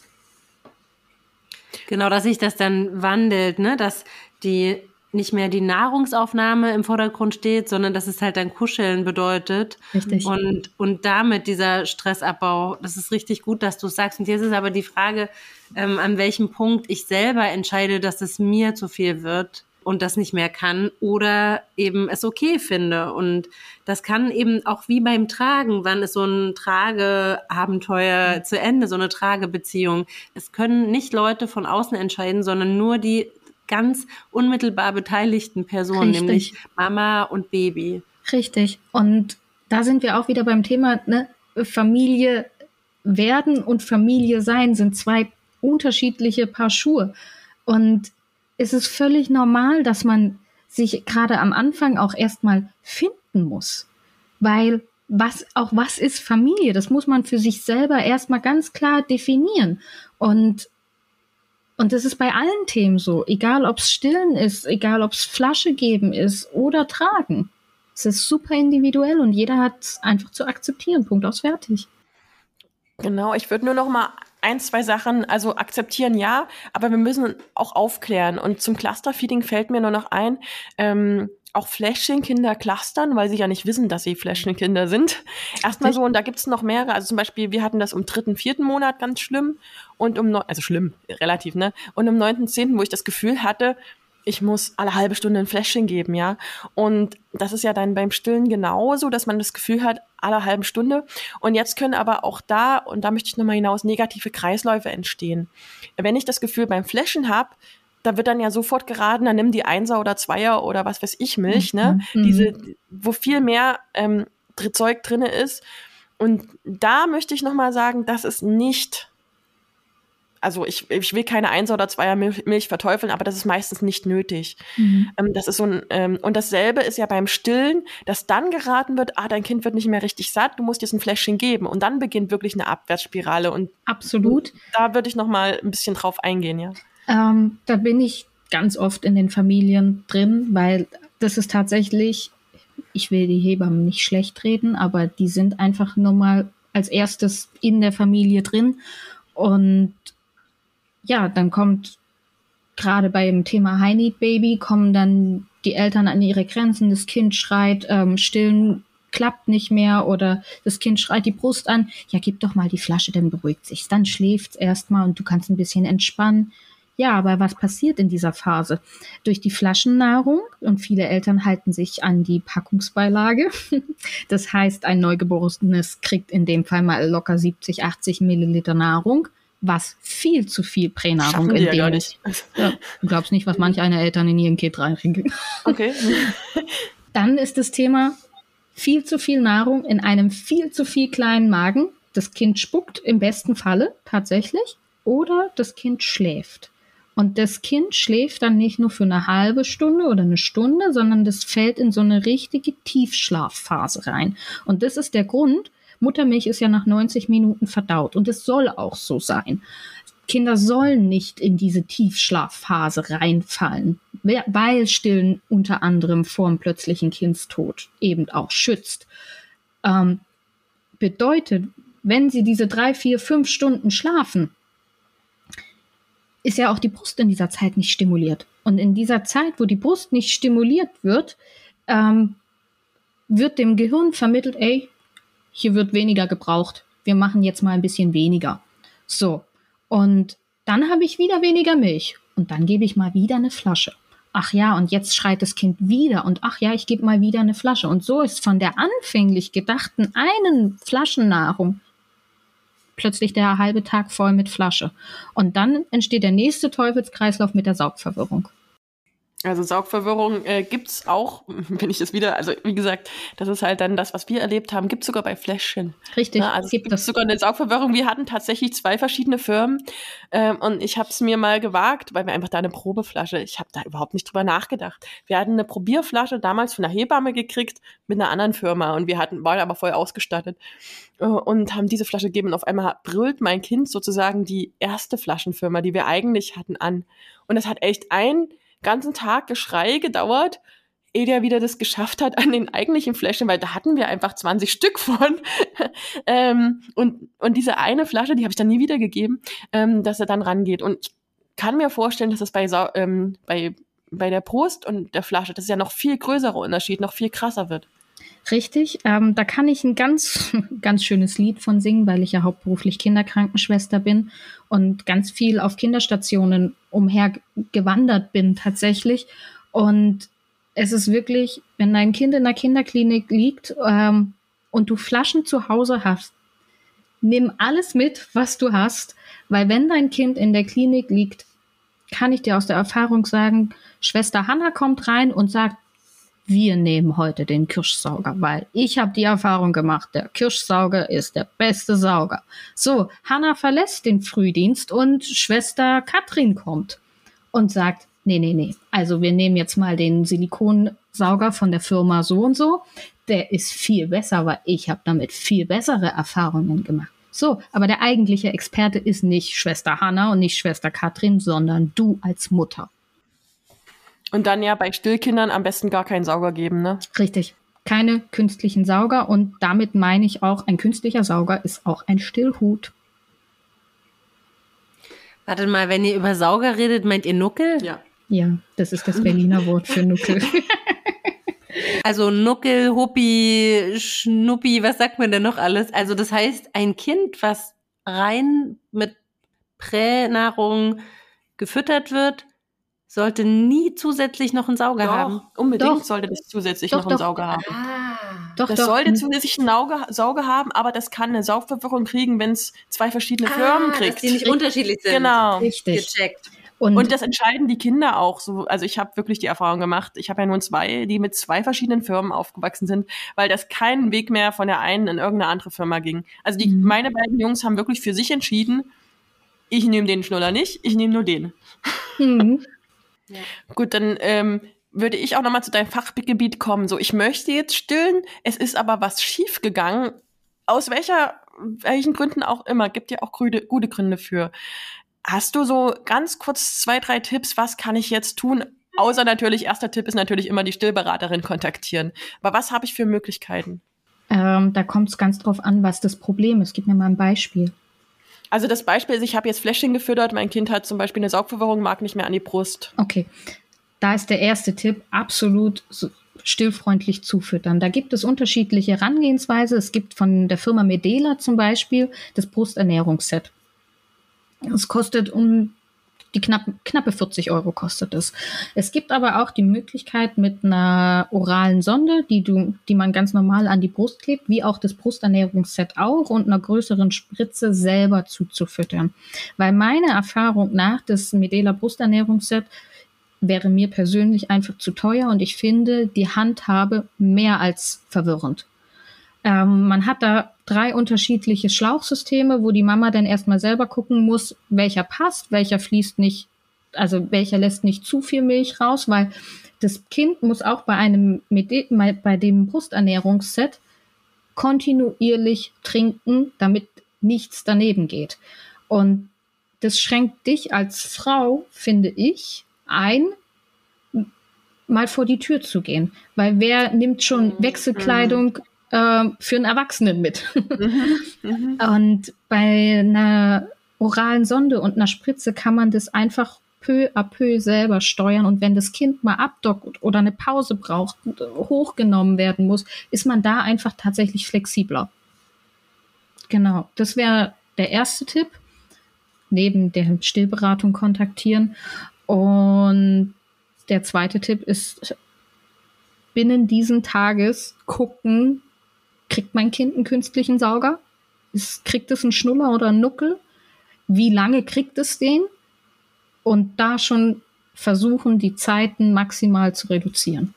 Speaker 1: Genau, dass sich das dann wandelt, ne? Dass die nicht mehr die Nahrungsaufnahme im Vordergrund steht, sondern dass es halt dann Kuscheln bedeutet.
Speaker 2: Richtig.
Speaker 1: Und, und damit dieser Stressabbau, das ist richtig gut, dass du es sagst. Und jetzt ist aber die Frage, ähm, an welchem Punkt ich selber entscheide, dass es mir zu viel wird und das nicht mehr kann oder eben es okay finde. Und das kann eben auch wie beim Tragen, wann ist so ein Trageabenteuer zu Ende, so eine Tragebeziehung. Es können nicht Leute von außen entscheiden, sondern nur die ganz unmittelbar beteiligten Personen,
Speaker 2: Richtig.
Speaker 1: Nämlich Mama und Baby.
Speaker 2: Richtig. Und da sind wir auch wieder beim Thema, ne? Familie werden und Familie sein sind zwei unterschiedliche Paar Schuhe. Und es ist völlig normal, dass man sich gerade am Anfang auch erstmal finden muss. Weil was, auch was ist Familie? Das muss man für sich selber erstmal ganz klar definieren. Und Und das ist bei allen Themen so, egal ob es Stillen ist, egal ob es Flasche geben ist oder Tragen. Es ist super individuell und jeder hat es einfach zu akzeptieren. Punkt aus, fertig.
Speaker 4: Genau, ich würde nur noch mal ein, zwei Sachen, also akzeptieren ja, aber wir müssen auch aufklären. Und zum Clusterfeeding fällt mir nur noch ein, ähm, auch Fläschchenkinder clustern, weil sie ja nicht wissen, dass sie Fläschchenkinder sind. Erstmal so, und da gibt's noch mehrere. Also zum Beispiel, wir hatten das im dritten, vierten Monat ganz schlimm und um, also schlimm, relativ, ne? Und im neunten, zehnten, wo ich das Gefühl hatte, ich muss alle halbe Stunde ein Fläschchen geben, ja. Und das ist ja dann beim Stillen genauso, dass man das Gefühl hat, alle halbe Stunde. Und jetzt können aber auch da, und da möchte ich nochmal hinaus, negative Kreisläufe entstehen. Wenn ich das Gefühl beim Fläschchen habe, da wird dann ja sofort geraten, dann nimm die Einser oder Zweier oder was weiß ich Milch, ne?
Speaker 2: Mhm.
Speaker 4: Diese, wo viel mehr ähm, Zeug drinne ist. Und da möchte ich nochmal sagen, das ist nicht, also ich, ich will keine Einser oder Zweier Milch, Milch verteufeln, aber das ist meistens nicht nötig.
Speaker 2: Mhm.
Speaker 4: Ähm, das ist so ein, ähm, und dasselbe ist ja beim Stillen, dass dann geraten wird, ah, dein Kind wird nicht mehr richtig satt, du musst jetzt ein Fläschchen geben. Und dann beginnt wirklich eine Abwärtsspirale. Und
Speaker 2: Absolut.
Speaker 4: da würde ich nochmal ein bisschen drauf eingehen, ja.
Speaker 2: Ähm, da bin ich ganz oft in den Familien drin, weil das ist tatsächlich, ich will die Hebammen nicht schlecht reden, aber die sind einfach nur mal als erstes in der Familie drin. Und ja, dann kommt gerade beim Thema High Need Baby, kommen dann die Eltern an ihre Grenzen, das Kind schreit, ähm, stillen klappt nicht mehr oder das Kind schreit die Brust an. Ja, gib doch mal die Flasche, dann beruhigt sich's. Dann schläft's erstmal und du kannst ein bisschen entspannen. Ja, aber was passiert in dieser Phase? Durch die Flaschennahrung, und viele Eltern halten sich an die Packungsbeilage. Das heißt, ein Neugeborenes kriegt in dem Fall mal locker siebzig, achtzig Milliliter Nahrung, was viel zu viel Pränahrung in dem ist. Ja, du glaubst nicht, was manch eine Eltern in ihren Kind reinkriegen.
Speaker 4: Okay.
Speaker 2: Dann ist das Thema viel zu viel Nahrung in einem viel zu viel kleinen Magen. Das Kind spuckt im besten Falle tatsächlich oder das Kind schläft. Und das Kind schläft dann nicht nur für eine halbe Stunde oder eine Stunde, sondern das fällt in so eine richtige Tiefschlafphase rein. Und das ist der Grund, Muttermilch ist ja nach neunzig Minuten verdaut und es soll auch so sein. Kinder sollen nicht in diese Tiefschlafphase reinfallen, weil Stillen unter anderem vor dem plötzlichen Kindstod eben auch schützt. Ähm, bedeutet, wenn sie diese drei, vier, fünf Stunden schlafen, ist ja auch die Brust in dieser Zeit nicht stimuliert. Und in dieser Zeit, wo die Brust nicht stimuliert wird, ähm, wird dem Gehirn vermittelt, ey, hier wird weniger gebraucht. Wir machen jetzt mal ein bisschen weniger. So, und dann habe ich wieder weniger Milch. Und dann gebe ich mal wieder eine Flasche. ach ja, und jetzt schreit das Kind wieder und ach ja, ich gebe mal wieder eine Flasche. Und so ist von der anfänglich gedachten einen Flaschennahrung plötzlich der halbe Tag voll mit Flasche. Und dann entsteht der nächste Teufelskreislauf mit der Saugverwirrung.
Speaker 4: Also Saugverwirrung äh, gibt's auch, wenn ich das wieder, also wie gesagt, das ist halt dann das, was wir erlebt haben, gibt's sogar bei Fläschchen.
Speaker 2: Richtig,
Speaker 4: ja, also
Speaker 2: gibt
Speaker 4: es gibt
Speaker 2: es.
Speaker 4: sogar eine Saugverwirrung. Wir hatten tatsächlich zwei verschiedene Firmen ähm, und ich habe es mir mal gewagt, weil wir einfach da eine Probeflasche, ich habe da überhaupt nicht drüber nachgedacht. Wir hatten eine Probierflasche damals von einer Hebamme gekriegt mit einer anderen Firma und wir hatten waren aber voll ausgestattet äh, und haben diese Flasche gegeben und auf einmal brüllt mein Kind sozusagen die erste Flaschenfirma, die wir eigentlich hatten, an. Und das hat echt ein ganzen Tag Geschrei gedauert, ehe der wieder das geschafft hat an den eigentlichen Fläschchen, weil da hatten wir einfach zwanzig Stück von. ähm, und, und diese eine Flasche, die habe ich dann nie wieder gegeben, ähm, dass er dann rangeht. Und ich kann mir vorstellen, dass das bei, Sau- ähm, bei, bei der Brust und der Flasche, das ist ja noch viel größerer Unterschied, noch viel krasser wird.
Speaker 2: Richtig, ähm, da kann ich ein ganz, ganz schönes Lied von singen, weil ich ja hauptberuflich Kinderkrankenschwester bin und ganz viel auf Kinderstationen umhergewandert bin tatsächlich. Und es ist wirklich, wenn dein Kind in der Kinderklinik liegt ähm, und du Flaschen zu Hause hast, nimm alles mit, was du hast, weil wenn dein Kind in der Klinik liegt, kann ich dir aus der Erfahrung sagen, Schwester Hanna kommt rein und sagt, wir nehmen heute den Kirschsauger, weil ich habe die Erfahrung gemacht, der Kirschsauger ist der beste Sauger. So, Hanna verlässt den Frühdienst und Schwester Katrin kommt und sagt, nee, nee, nee, also wir nehmen jetzt mal den Silikonsauger von der Firma so und so, der ist viel besser, weil ich habe damit viel bessere Erfahrungen gemacht. So, aber der eigentliche Experte ist nicht Schwester Hanna und nicht Schwester Katrin, sondern du als Mutter.
Speaker 4: Und dann ja bei Stillkindern am besten gar keinen Sauger geben, ne?
Speaker 2: Richtig. Keine künstlichen Sauger und damit meine ich auch, ein künstlicher Sauger ist auch ein Stillhut.
Speaker 1: Wartet mal, wenn ihr über Sauger redet, meint ihr Nuckel?
Speaker 4: Ja.
Speaker 2: Ja, das ist das Berliner Wort für Nuckel.
Speaker 1: Also Nuckel, Huppi, Schnuppi, was sagt man denn noch alles? Also das heißt, ein Kind, was rein mit Pränahrung gefüttert wird, sollte nie zusätzlich noch einen Sauger
Speaker 4: Doch,
Speaker 1: haben.
Speaker 4: unbedingt
Speaker 2: Doch.
Speaker 4: sollte das zusätzlich
Speaker 2: Doch,
Speaker 4: noch einen
Speaker 2: doch.
Speaker 4: Sauger haben.
Speaker 1: Ah.
Speaker 2: Doch,
Speaker 4: Das
Speaker 2: doch.
Speaker 4: sollte zusätzlich einen Sauger, Sauger haben, aber das kann eine Saugverwirrung kriegen, wenn es zwei verschiedene Firmen
Speaker 1: Ah,
Speaker 4: kriegt.
Speaker 1: dass die nicht unterschiedlich sind.
Speaker 4: Genau.
Speaker 2: Richtig.
Speaker 1: Gecheckt.
Speaker 2: Und,
Speaker 4: Und das entscheiden die Kinder auch so. Also ich habe wirklich die Erfahrung gemacht, ich habe ja nun zwei, die mit zwei verschiedenen Firmen aufgewachsen sind, weil das keinen Weg mehr von der einen in irgendeine andere Firma ging. Also die,
Speaker 2: Mhm.
Speaker 4: meine beiden Jungs haben wirklich für sich entschieden, ich nehme den Schnuller nicht, ich nehme nur den.
Speaker 2: hm,
Speaker 4: Gut, dann ähm, würde ich auch nochmal zu deinem Fachgebiet kommen. So, ich möchte jetzt stillen, es ist aber was schief gegangen. Aus welcher, welchen Gründen auch immer, gibt ja auch gute, gute Gründe für. Hast du so ganz kurz zwei, drei Tipps, was kann ich jetzt tun? Außer natürlich, erster Tipp ist natürlich immer die Stillberaterin kontaktieren. Aber was habe ich für Möglichkeiten?
Speaker 2: ähm, da kommt es ganz drauf an, was das Problem ist. Gib mir mal ein Beispiel.
Speaker 4: Also das Beispiel ist, ich habe jetzt Fläschchen gefüttert, mein Kind hat zum Beispiel eine Saugverwirrung, mag nicht mehr an die Brust.
Speaker 2: Okay, da ist der erste Tipp, absolut so stillfreundlich zufüttern. Da gibt es unterschiedliche Herangehensweise. Es gibt von der Firma Medela zum Beispiel das Brusternährungsset. Es kostet um die knapp, knappe vierzig Euro kostet es. Es gibt aber auch die Möglichkeit mit einer oralen Sonde, die du, die man ganz normal an die Brust klebt, wie auch das Brusternährungsset auch und einer größeren Spritze selber zuzufüttern. Weil meine Erfahrung nach, das Medela Brusternährungsset wäre mir persönlich einfach zu teuer und ich finde die Handhabe mehr als verwirrend. Ähm, man hat da drei unterschiedliche Schlauchsysteme, wo die Mama dann erstmal selber gucken muss, welcher passt, welcher fließt nicht, also welcher lässt nicht zu viel Milch raus, weil das Kind muss auch bei einem, bei dem Brusternährungsset kontinuierlich trinken, damit nichts daneben geht. Und das schränkt dich als Frau, finde ich, ein, mal vor die Tür zu gehen. Weil wer nimmt schon Wechselkleidung äh, für einen Erwachsenen mit?
Speaker 4: Mhm.
Speaker 2: Und bei einer oralen Sonde und einer Spritze kann man das einfach peu à peu selber steuern. Und wenn das Kind mal abdockt oder eine Pause braucht, hochgenommen werden muss, ist man da einfach tatsächlich flexibler. Genau, das wäre der erste Tipp. Neben der Stillberatung kontaktieren. Und der zweite Tipp ist, binnen diesen Tages gucken, kriegt mein Kind einen künstlichen Sauger? Ist, kriegt es einen Schnuller oder einen Nuckel? Wie lange kriegt es den? Und da schon versuchen, die Zeiten maximal zu reduzieren.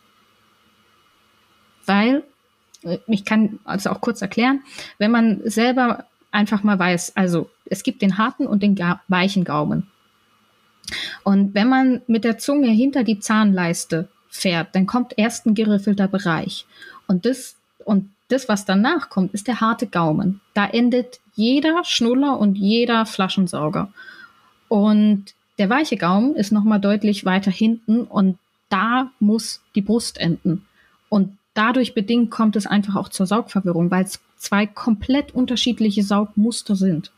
Speaker 2: Weil, ich kann also auch kurz erklären, wenn man selber einfach mal weiß, also es gibt den harten und den ga- weichen Gaumen. Und wenn man mit der Zunge hinter die Zahnleiste fährt, dann kommt erst ein geriffelter Bereich. Und das, und das, was danach kommt, ist der harte Gaumen. Da endet jeder Schnuller und jeder Flaschensauger. Und der weiche Gaumen ist nochmal deutlich weiter hinten und da muss die Brust enden. Und dadurch bedingt kommt es einfach auch zur Saugverwirrung, weil es zwei komplett unterschiedliche Saugmuster sind.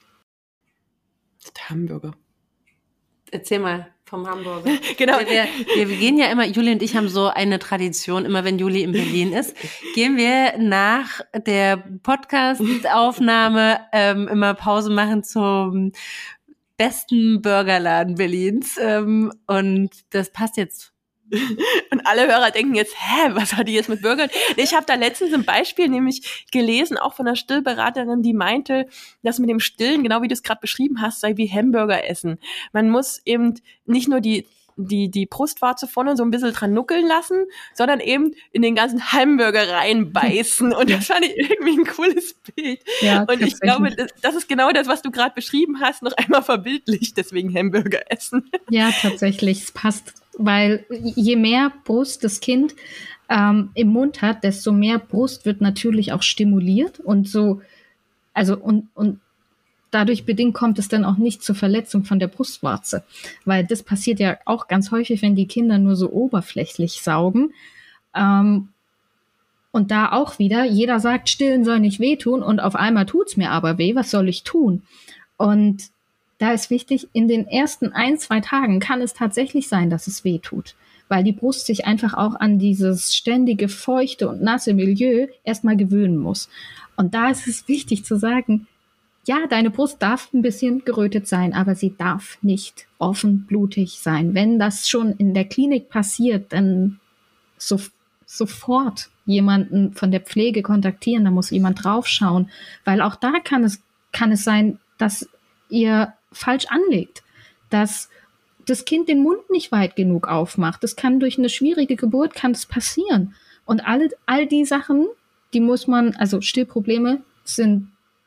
Speaker 4: Der Hamburger.
Speaker 1: Erzähl mal vom Hamburger.
Speaker 4: Genau.
Speaker 1: Wir, wir, wir gehen ja immer, Juli und ich haben so eine Tradition, immer wenn Juli in Berlin ist, gehen wir nach der Podcast-Aufnahme ähm, immer Pause machen zum besten Burgerladen Berlins. Ähm, und das passt jetzt.
Speaker 4: Und alle Hörer denken jetzt, hä, was hat die jetzt mit Burgern? Ich habe da letztens ein Beispiel nämlich gelesen, auch von einer Stillberaterin, die meinte, dass mit dem Stillen, genau wie du es gerade beschrieben hast, sei wie Hamburger essen. Man muss eben nicht nur die die die Brustwarze vorne so ein bisschen dran nuckeln lassen, sondern eben in den ganzen Hamburger reinbeißen. Und das fand ich irgendwie ein cooles Bild. Ja, und ich glaube, das, das ist genau das, was du gerade beschrieben hast, noch einmal verbildlicht, deswegen Hamburger essen.
Speaker 2: Ja, tatsächlich, es passt. Weil je mehr Brust das Kind ähm, im Mund hat, desto mehr Brust wird natürlich auch stimuliert und so, also und, und dadurch bedingt kommt es dann auch nicht zur Verletzung von der Brustwarze, weil das passiert ja auch ganz häufig, wenn die Kinder nur so oberflächlich saugen. Ähm, und da auch wieder, jeder sagt, stillen soll nicht wehtun und auf einmal tut's mir aber weh, was soll ich tun? Und da ist wichtig, in den ersten ein, zwei Tagen kann es tatsächlich sein, dass es weh tut, weil die Brust sich einfach auch an dieses ständige feuchte und nasse Milieu erstmal gewöhnen muss. Und da ist es wichtig zu sagen, ja, deine Brust darf ein bisschen gerötet sein, aber sie darf nicht offen blutig sein. Wenn das schon in der Klinik passiert, dann so, sofort jemanden von der Pflege kontaktieren, da muss jemand draufschauen, weil auch da kann es, kann es sein, dass ihr falsch anlegt, dass das Kind den Mund nicht weit genug aufmacht. Das kann durch eine schwierige Geburt kann es passieren. Und alle, all die Sachen, die muss man, also Stillprobleme sind,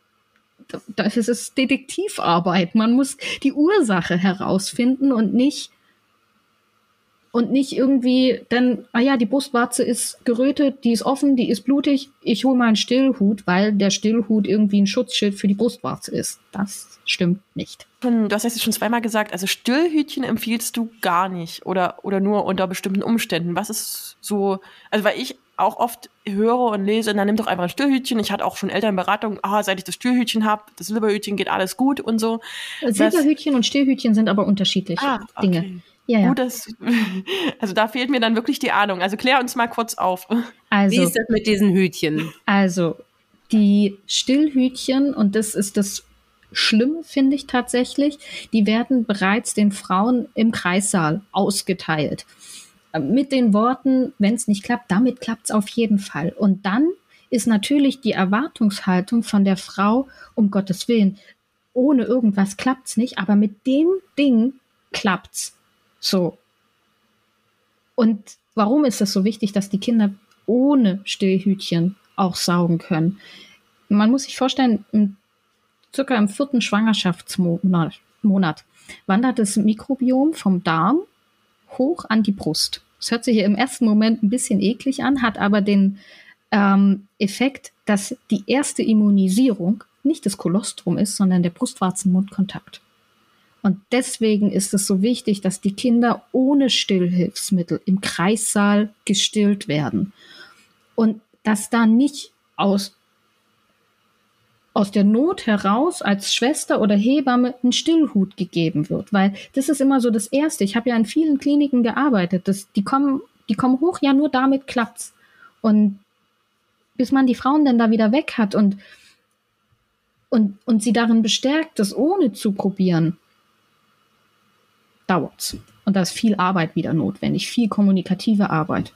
Speaker 2: das ist Detektivarbeit. Man muss die Ursache herausfinden und nicht und nicht irgendwie dann, ah ja, die Brustwarze ist gerötet, die ist offen, die ist blutig, ich hole mal einen Stillhut, weil der Stillhut irgendwie ein Schutzschild für die Brustwarze ist. Das stimmt nicht.
Speaker 4: Du hast jetzt schon zweimal gesagt, also Stillhütchen empfiehlst du gar nicht oder, oder nur unter bestimmten Umständen. Was ist so, also weil ich auch oft höre und lese, dann nimm doch einfach ein Stillhütchen. Ich hatte auch schon Elternberatung, ah, seit ich das Stillhütchen habe, das Silberhütchen geht alles gut und so.
Speaker 2: Silberhütchen das, und Stillhütchen sind aber unterschiedliche ah, okay. Dinge. Ja, ja.
Speaker 4: Gut, das, also da fehlt mir dann wirklich die Ahnung. Also klär uns mal kurz auf.
Speaker 1: Also, wie ist das mit diesen Hütchen?
Speaker 2: Also die Stillhütchen, und das ist das Schlimme, finde ich tatsächlich, die werden bereits den Frauen im Kreissaal ausgeteilt. Mit den Worten, wenn es nicht klappt, damit klappt es auf jeden Fall. Und dann ist natürlich die Erwartungshaltung von der Frau, um Gottes Willen, ohne irgendwas klappt es nicht, aber mit dem Ding klappt's. So. Und warum ist es so wichtig, dass die Kinder ohne Stillhütchen auch saugen können? Man muss sich vorstellen, im, circa im vierten Schwangerschaftsmonat Monat, wandert das Mikrobiom vom Darm hoch an die Brust. Das hört sich im ersten Moment ein bisschen eklig an, hat aber den ähm, Effekt, dass die erste Immunisierung nicht das Kolostrum ist, sondern der Brustwarzen-Mundkontakt. Und deswegen ist es so wichtig, dass die Kinder ohne Stillhilfsmittel im Kreissaal gestillt werden. Und dass da nicht aus, aus der Not heraus als Schwester oder Hebamme ein Stillhut gegeben wird. Weil das ist immer so das Erste. Ich habe ja in vielen Kliniken gearbeitet. Das, die, kommen, die kommen hoch, ja, nur damit klappt's. Und bis man die Frauen dann da wieder weg hat und, und, und sie darin bestärkt, das ohne zu probieren, dauert's. Und da ist viel Arbeit wieder notwendig, viel kommunikative Arbeit.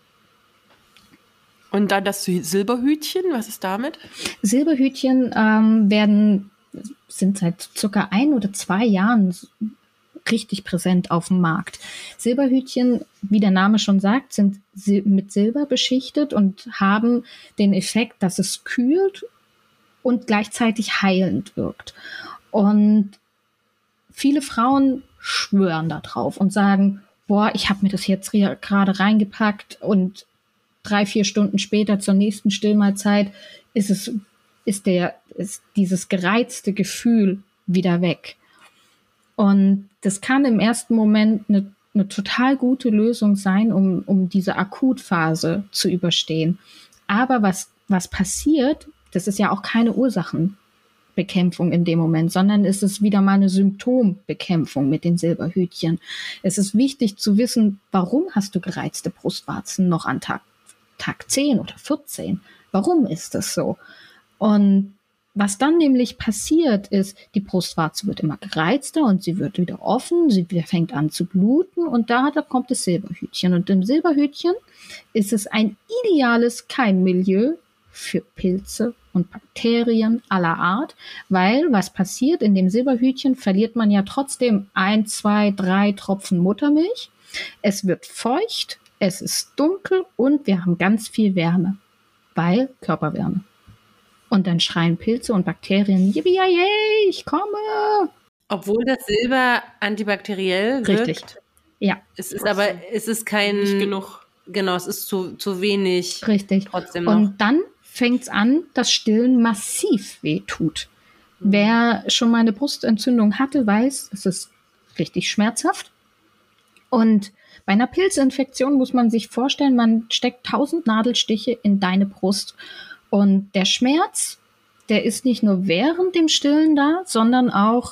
Speaker 4: Und dann das Silberhütchen, was ist damit?
Speaker 2: Silberhütchen ähm, werden, sind seit circa ein oder zwei Jahren richtig präsent auf dem Markt. Silberhütchen, wie der Name schon sagt, sind sil- mit Silber beschichtet und haben den Effekt, dass es kühlt und gleichzeitig heilend wirkt. Und viele Frauen schwören da drauf und sagen, boah, ich habe mir das jetzt re- gerade reingepackt und drei, vier Stunden später zur nächsten Stillmahlzeit ist es, ist der, ist dieses gereizte Gefühl wieder weg. Und das kann im ersten Moment eine, eine total gute Lösung sein, um, um diese Akutphase zu überstehen. Aber was, was passiert, das ist ja auch keine Ursachenbekämpfung in dem Moment, sondern es ist wieder mal eine Symptombekämpfung mit den Silberhütchen. Es ist wichtig zu wissen, warum hast du gereizte Brustwarzen noch an Tag, Tag zehn oder vierzehn? Warum ist das so? Und was dann nämlich passiert ist, die Brustwarze wird immer gereizter und sie wird wieder offen, sie fängt an zu bluten und da, da kommt das Silberhütchen. Und im Silberhütchen ist es ein ideales Keimmilieu für Pilze und Bakterien aller Art, weil was passiert, in dem Silberhütchen verliert man ja trotzdem ein, zwei, drei Tropfen Muttermilch. Es wird feucht, es ist dunkel und wir haben ganz viel Wärme, weil Körperwärme. Und dann schreien Pilze und Bakterien, yippie, yay, ich komme.
Speaker 1: Obwohl das Silber antibakteriell wirkt.
Speaker 2: Richtig, ja.
Speaker 1: Es ist aber, es ist kein...
Speaker 4: Nicht genug.
Speaker 1: Genau, es ist zu, zu wenig.
Speaker 2: Richtig.
Speaker 1: Trotzdem noch.
Speaker 2: Und dann fängt es an, dass Stillen massiv wehtut. Mhm. Wer schon mal eine Brustentzündung hatte, weiß, es ist richtig schmerzhaft. Und bei einer Pilzinfektion muss man sich vorstellen, man steckt tausend Nadelstiche in deine Brust. Und der Schmerz, der ist nicht nur während dem Stillen da, sondern auch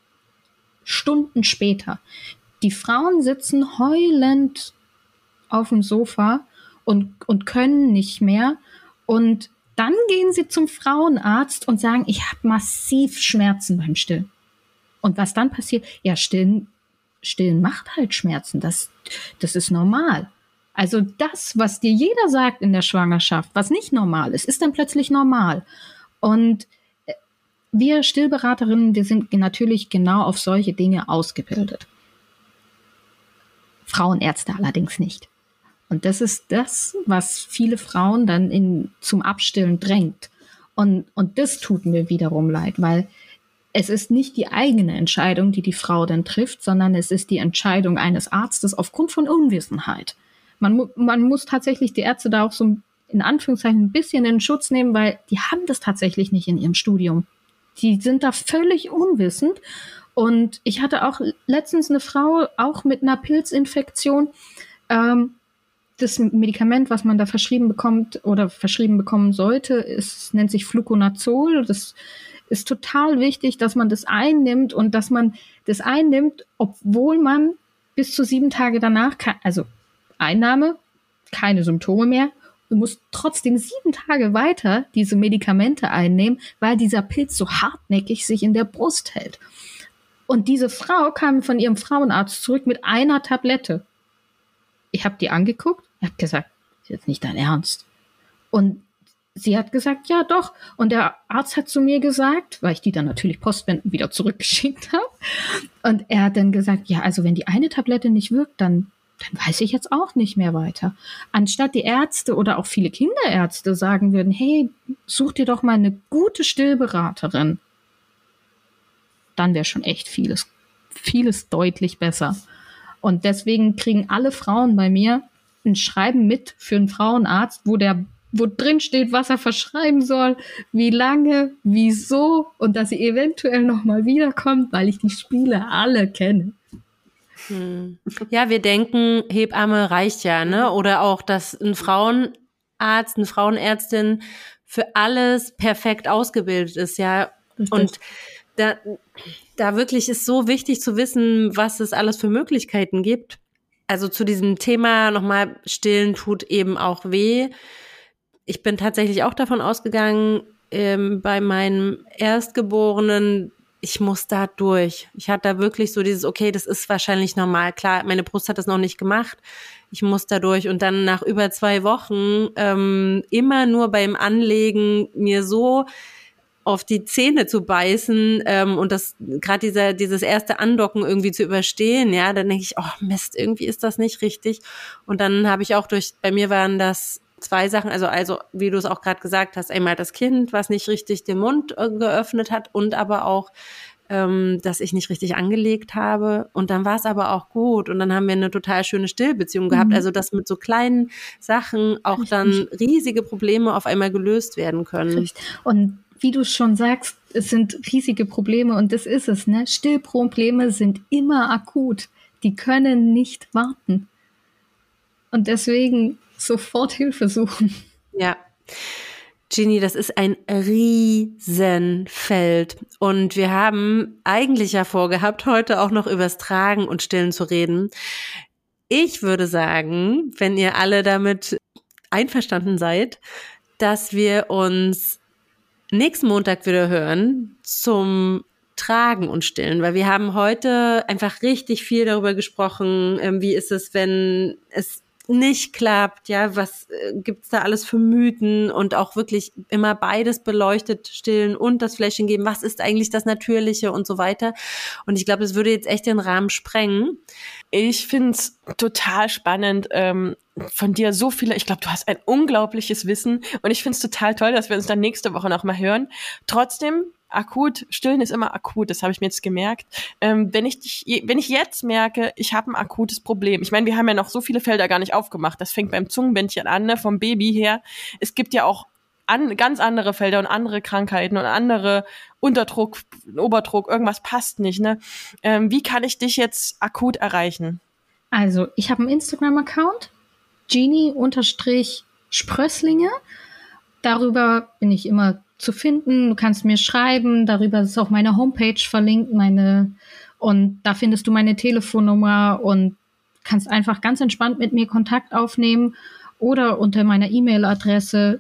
Speaker 2: Stunden später. Die Frauen sitzen heulend auf dem Sofa und, und können nicht mehr. Und dann gehen sie zum Frauenarzt und sagen, ich habe massiv Schmerzen beim Stillen. Und was dann passiert? Ja, Stillen, Stillen macht halt Schmerzen. Das, das ist normal. Also das, was dir jeder sagt in der Schwangerschaft, was nicht normal ist, ist dann plötzlich normal. Und wir Stillberaterinnen, wir sind natürlich genau auf solche Dinge ausgebildet. Frauenärzte allerdings nicht. Und das ist das, was viele Frauen dann in, zum Abstillen drängt. Und, und das tut mir wiederum leid, weil es ist nicht die eigene Entscheidung, die die Frau dann trifft, sondern es ist die Entscheidung eines Arztes aufgrund von Unwissenheit. Man, man muss tatsächlich die Ärzte da auch so in Anführungszeichen ein bisschen in Schutz nehmen, weil die haben das tatsächlich nicht in ihrem Studium. Die sind da völlig unwissend. Und ich hatte auch letztens eine Frau, auch mit einer Pilzinfektion. Ähm, das Medikament, was man da verschrieben bekommt oder verschrieben bekommen sollte, ist, nennt sich Fluconazol. Das ist total wichtig, dass man das einnimmt und dass man das einnimmt, obwohl man bis zu sieben Tage danach, kann, also Einnahme, keine Symptome mehr. Du musst trotzdem sieben Tage weiter diese Medikamente einnehmen, weil dieser Pilz so hartnäckig sich in der Brust hält. Und diese Frau kam von ihrem Frauenarzt zurück mit einer Tablette. Ich habe die angeguckt, er hat gesagt, das ist jetzt nicht dein Ernst. Und sie hat gesagt, ja doch. Und der Arzt hat zu mir gesagt, weil ich die dann natürlich postwendend wieder zurückgeschickt habe. Und er hat dann gesagt, ja, also wenn die eine Tablette nicht wirkt, dann dann weiß ich jetzt auch nicht mehr weiter. Anstatt die Ärzte oder auch viele Kinderärzte sagen würden, hey, such dir doch mal eine gute Stillberaterin, dann wäre schon echt vieles, vieles deutlich besser. Und deswegen kriegen alle Frauen bei mir ein Schreiben mit für einen Frauenarzt, wo der wo drin steht, was er verschreiben soll, wie lange, wieso und dass sie eventuell nochmal wiederkommt, weil ich die Spiele alle kenne.
Speaker 1: Hm. Ja, wir denken, Hebamme reicht ja, ne? Oder auch, dass ein Frauenarzt, eine Frauenärztin für alles perfekt ausgebildet ist, ja. Richtig. Und da, da wirklich ist so wichtig zu wissen, was es alles für Möglichkeiten gibt. Also zu diesem Thema nochmal, Stillen tut eben auch weh. Ich bin tatsächlich auch davon ausgegangen, ähm, bei meinem Erstgeborenen, ich muss da durch. Ich hatte da wirklich so dieses, okay, das ist wahrscheinlich normal. Klar, meine Brust hat das noch nicht gemacht. Ich muss da durch. Und dann nach über zwei Wochen ähm, immer nur beim Anlegen mir so auf die Zähne zu beißen ähm, und das gerade dieser dieses erste Andocken irgendwie zu überstehen, ja, dann denke ich, oh Mist, irgendwie ist das nicht richtig. Und dann habe ich auch durch, bei mir waren das zwei Sachen, also also wie du es auch gerade gesagt hast, einmal das Kind, was nicht richtig den Mund äh, geöffnet hat und aber auch, ähm, dass ich nicht richtig angelegt habe. Und dann war es aber auch gut und dann haben wir eine total schöne Stillbeziehung gehabt. Mhm. Also dass mit so kleinen Sachen auch richtig. Dann riesige Probleme auf einmal gelöst werden können.
Speaker 2: Richtig. Und wie du schon sagst, es sind riesige Probleme und das ist es, ne? Stillprobleme sind immer akut. Die können nicht warten. Und deswegen sofort Hilfe suchen.
Speaker 1: Ja. Ginny, das ist ein Riesenfeld. Und wir haben eigentlich ja vorgehabt, heute auch noch übers Tragen und Stillen zu reden. Ich würde sagen, wenn ihr alle damit einverstanden seid, dass wir uns nächsten Montag wieder hören zum Tragen und Stillen, weil wir haben heute einfach richtig viel darüber gesprochen, wie ist es, wenn es nicht klappt, ja, was äh, gibt's da alles für Mythen und auch wirklich immer beides beleuchtet, Stillen und das Fläschchen geben, was ist eigentlich das Natürliche und so weiter. Und ich glaube, das würde jetzt echt den Rahmen sprengen.
Speaker 4: Ich find's total spannend, ähm, von dir so viele, ich glaube, du hast ein unglaubliches Wissen und ich find's total toll, dass wir uns dann nächste Woche noch mal hören. Trotzdem, akut, Stillen ist immer akut, das habe ich mir jetzt gemerkt. Ähm, wenn ich dich, wenn ich jetzt merke, ich habe ein akutes Problem, ich meine, wir haben ja noch so viele Felder gar nicht aufgemacht, das fängt beim Zungenbändchen an, ne, vom Baby her. Es gibt ja auch an, ganz andere Felder und andere Krankheiten und andere Unterdruck, Oberdruck, irgendwas passt nicht, ne? Ähm, wie kann ich dich jetzt akut erreichen?
Speaker 2: Also, ich habe einen Instagram-Account, Genie-Sprösslinge. Darüber bin ich immer zu finden. Du kannst mir schreiben. Darüber ist auch meine Homepage verlinkt. Meine, und da findest du meine Telefonnummer und kannst einfach ganz entspannt mit mir Kontakt aufnehmen oder unter meiner E-Mail-Adresse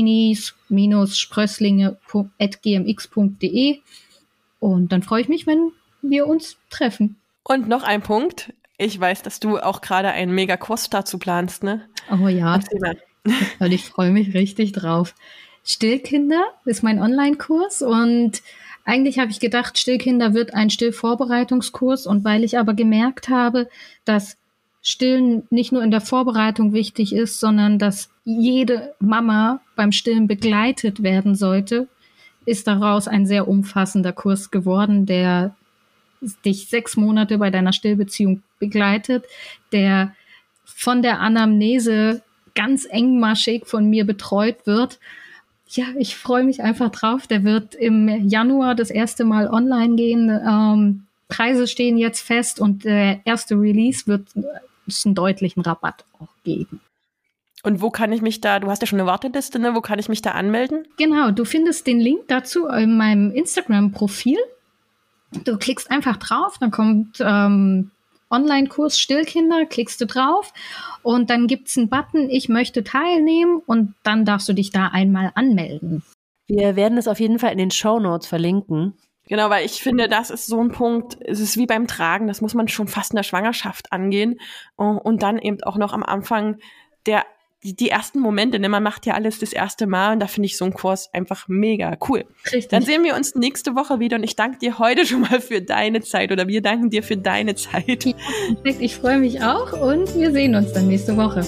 Speaker 2: genies-sprösslinge at g m x punkt d e. Und dann freue ich mich, wenn wir uns treffen.
Speaker 4: Und noch ein Punkt. Ich weiß, dass du auch gerade einen Megakurs dazu planst, ne?
Speaker 2: Oh ja, und ich freue mich richtig drauf. Stillkinder ist mein Online-Kurs und eigentlich habe ich gedacht, Stillkinder wird ein Stillvorbereitungskurs und weil ich aber gemerkt habe, dass Stillen nicht nur in der Vorbereitung wichtig ist, sondern dass jede Mama beim Stillen begleitet werden sollte, ist daraus ein sehr umfassender Kurs geworden, der dich sechs Monate bei deiner Stillbeziehung begleitet, der von der Anamnese ganz engmaschig von mir betreut wird. Ja, ich freue mich einfach drauf. Der wird im Januar das erste Mal online gehen. Ähm, Preise stehen jetzt fest und der erste Release wird es einen deutlichen Rabatt auch geben.
Speaker 4: Und wo kann ich mich da, du hast ja schon eine Warteliste, ne? Wo kann ich mich da anmelden?
Speaker 2: Genau, du findest den Link dazu in meinem Instagram-Profil. Du klickst einfach drauf, dann kommt ähm, Online-Kurs Stillkinder, klickst du drauf und dann gibt's einen Button, ich möchte teilnehmen und dann darfst du dich da einmal anmelden.
Speaker 1: Wir werden es auf jeden Fall in den Shownotes verlinken.
Speaker 4: Genau, weil ich finde, das ist so ein Punkt, es ist wie beim Tragen, das muss man schon fast in der Schwangerschaft angehen und dann eben auch noch am Anfang der Die, die ersten Momente, ne, man macht ja alles das erste Mal und da finde ich so einen Kurs einfach mega cool. Richtig. Dann sehen wir uns nächste Woche wieder und ich danke dir heute schon mal für deine Zeit oder wir danken dir für deine Zeit.
Speaker 2: Ja, ich freue mich auch und wir sehen uns dann nächste Woche.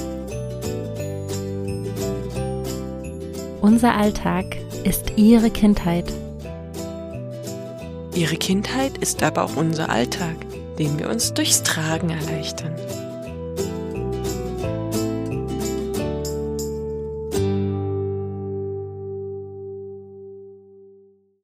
Speaker 3: Unser Alltag ist Ihre Kindheit.
Speaker 4: Ihre Kindheit ist aber auch unser Alltag, den wir uns durchs Tragen erleichtern.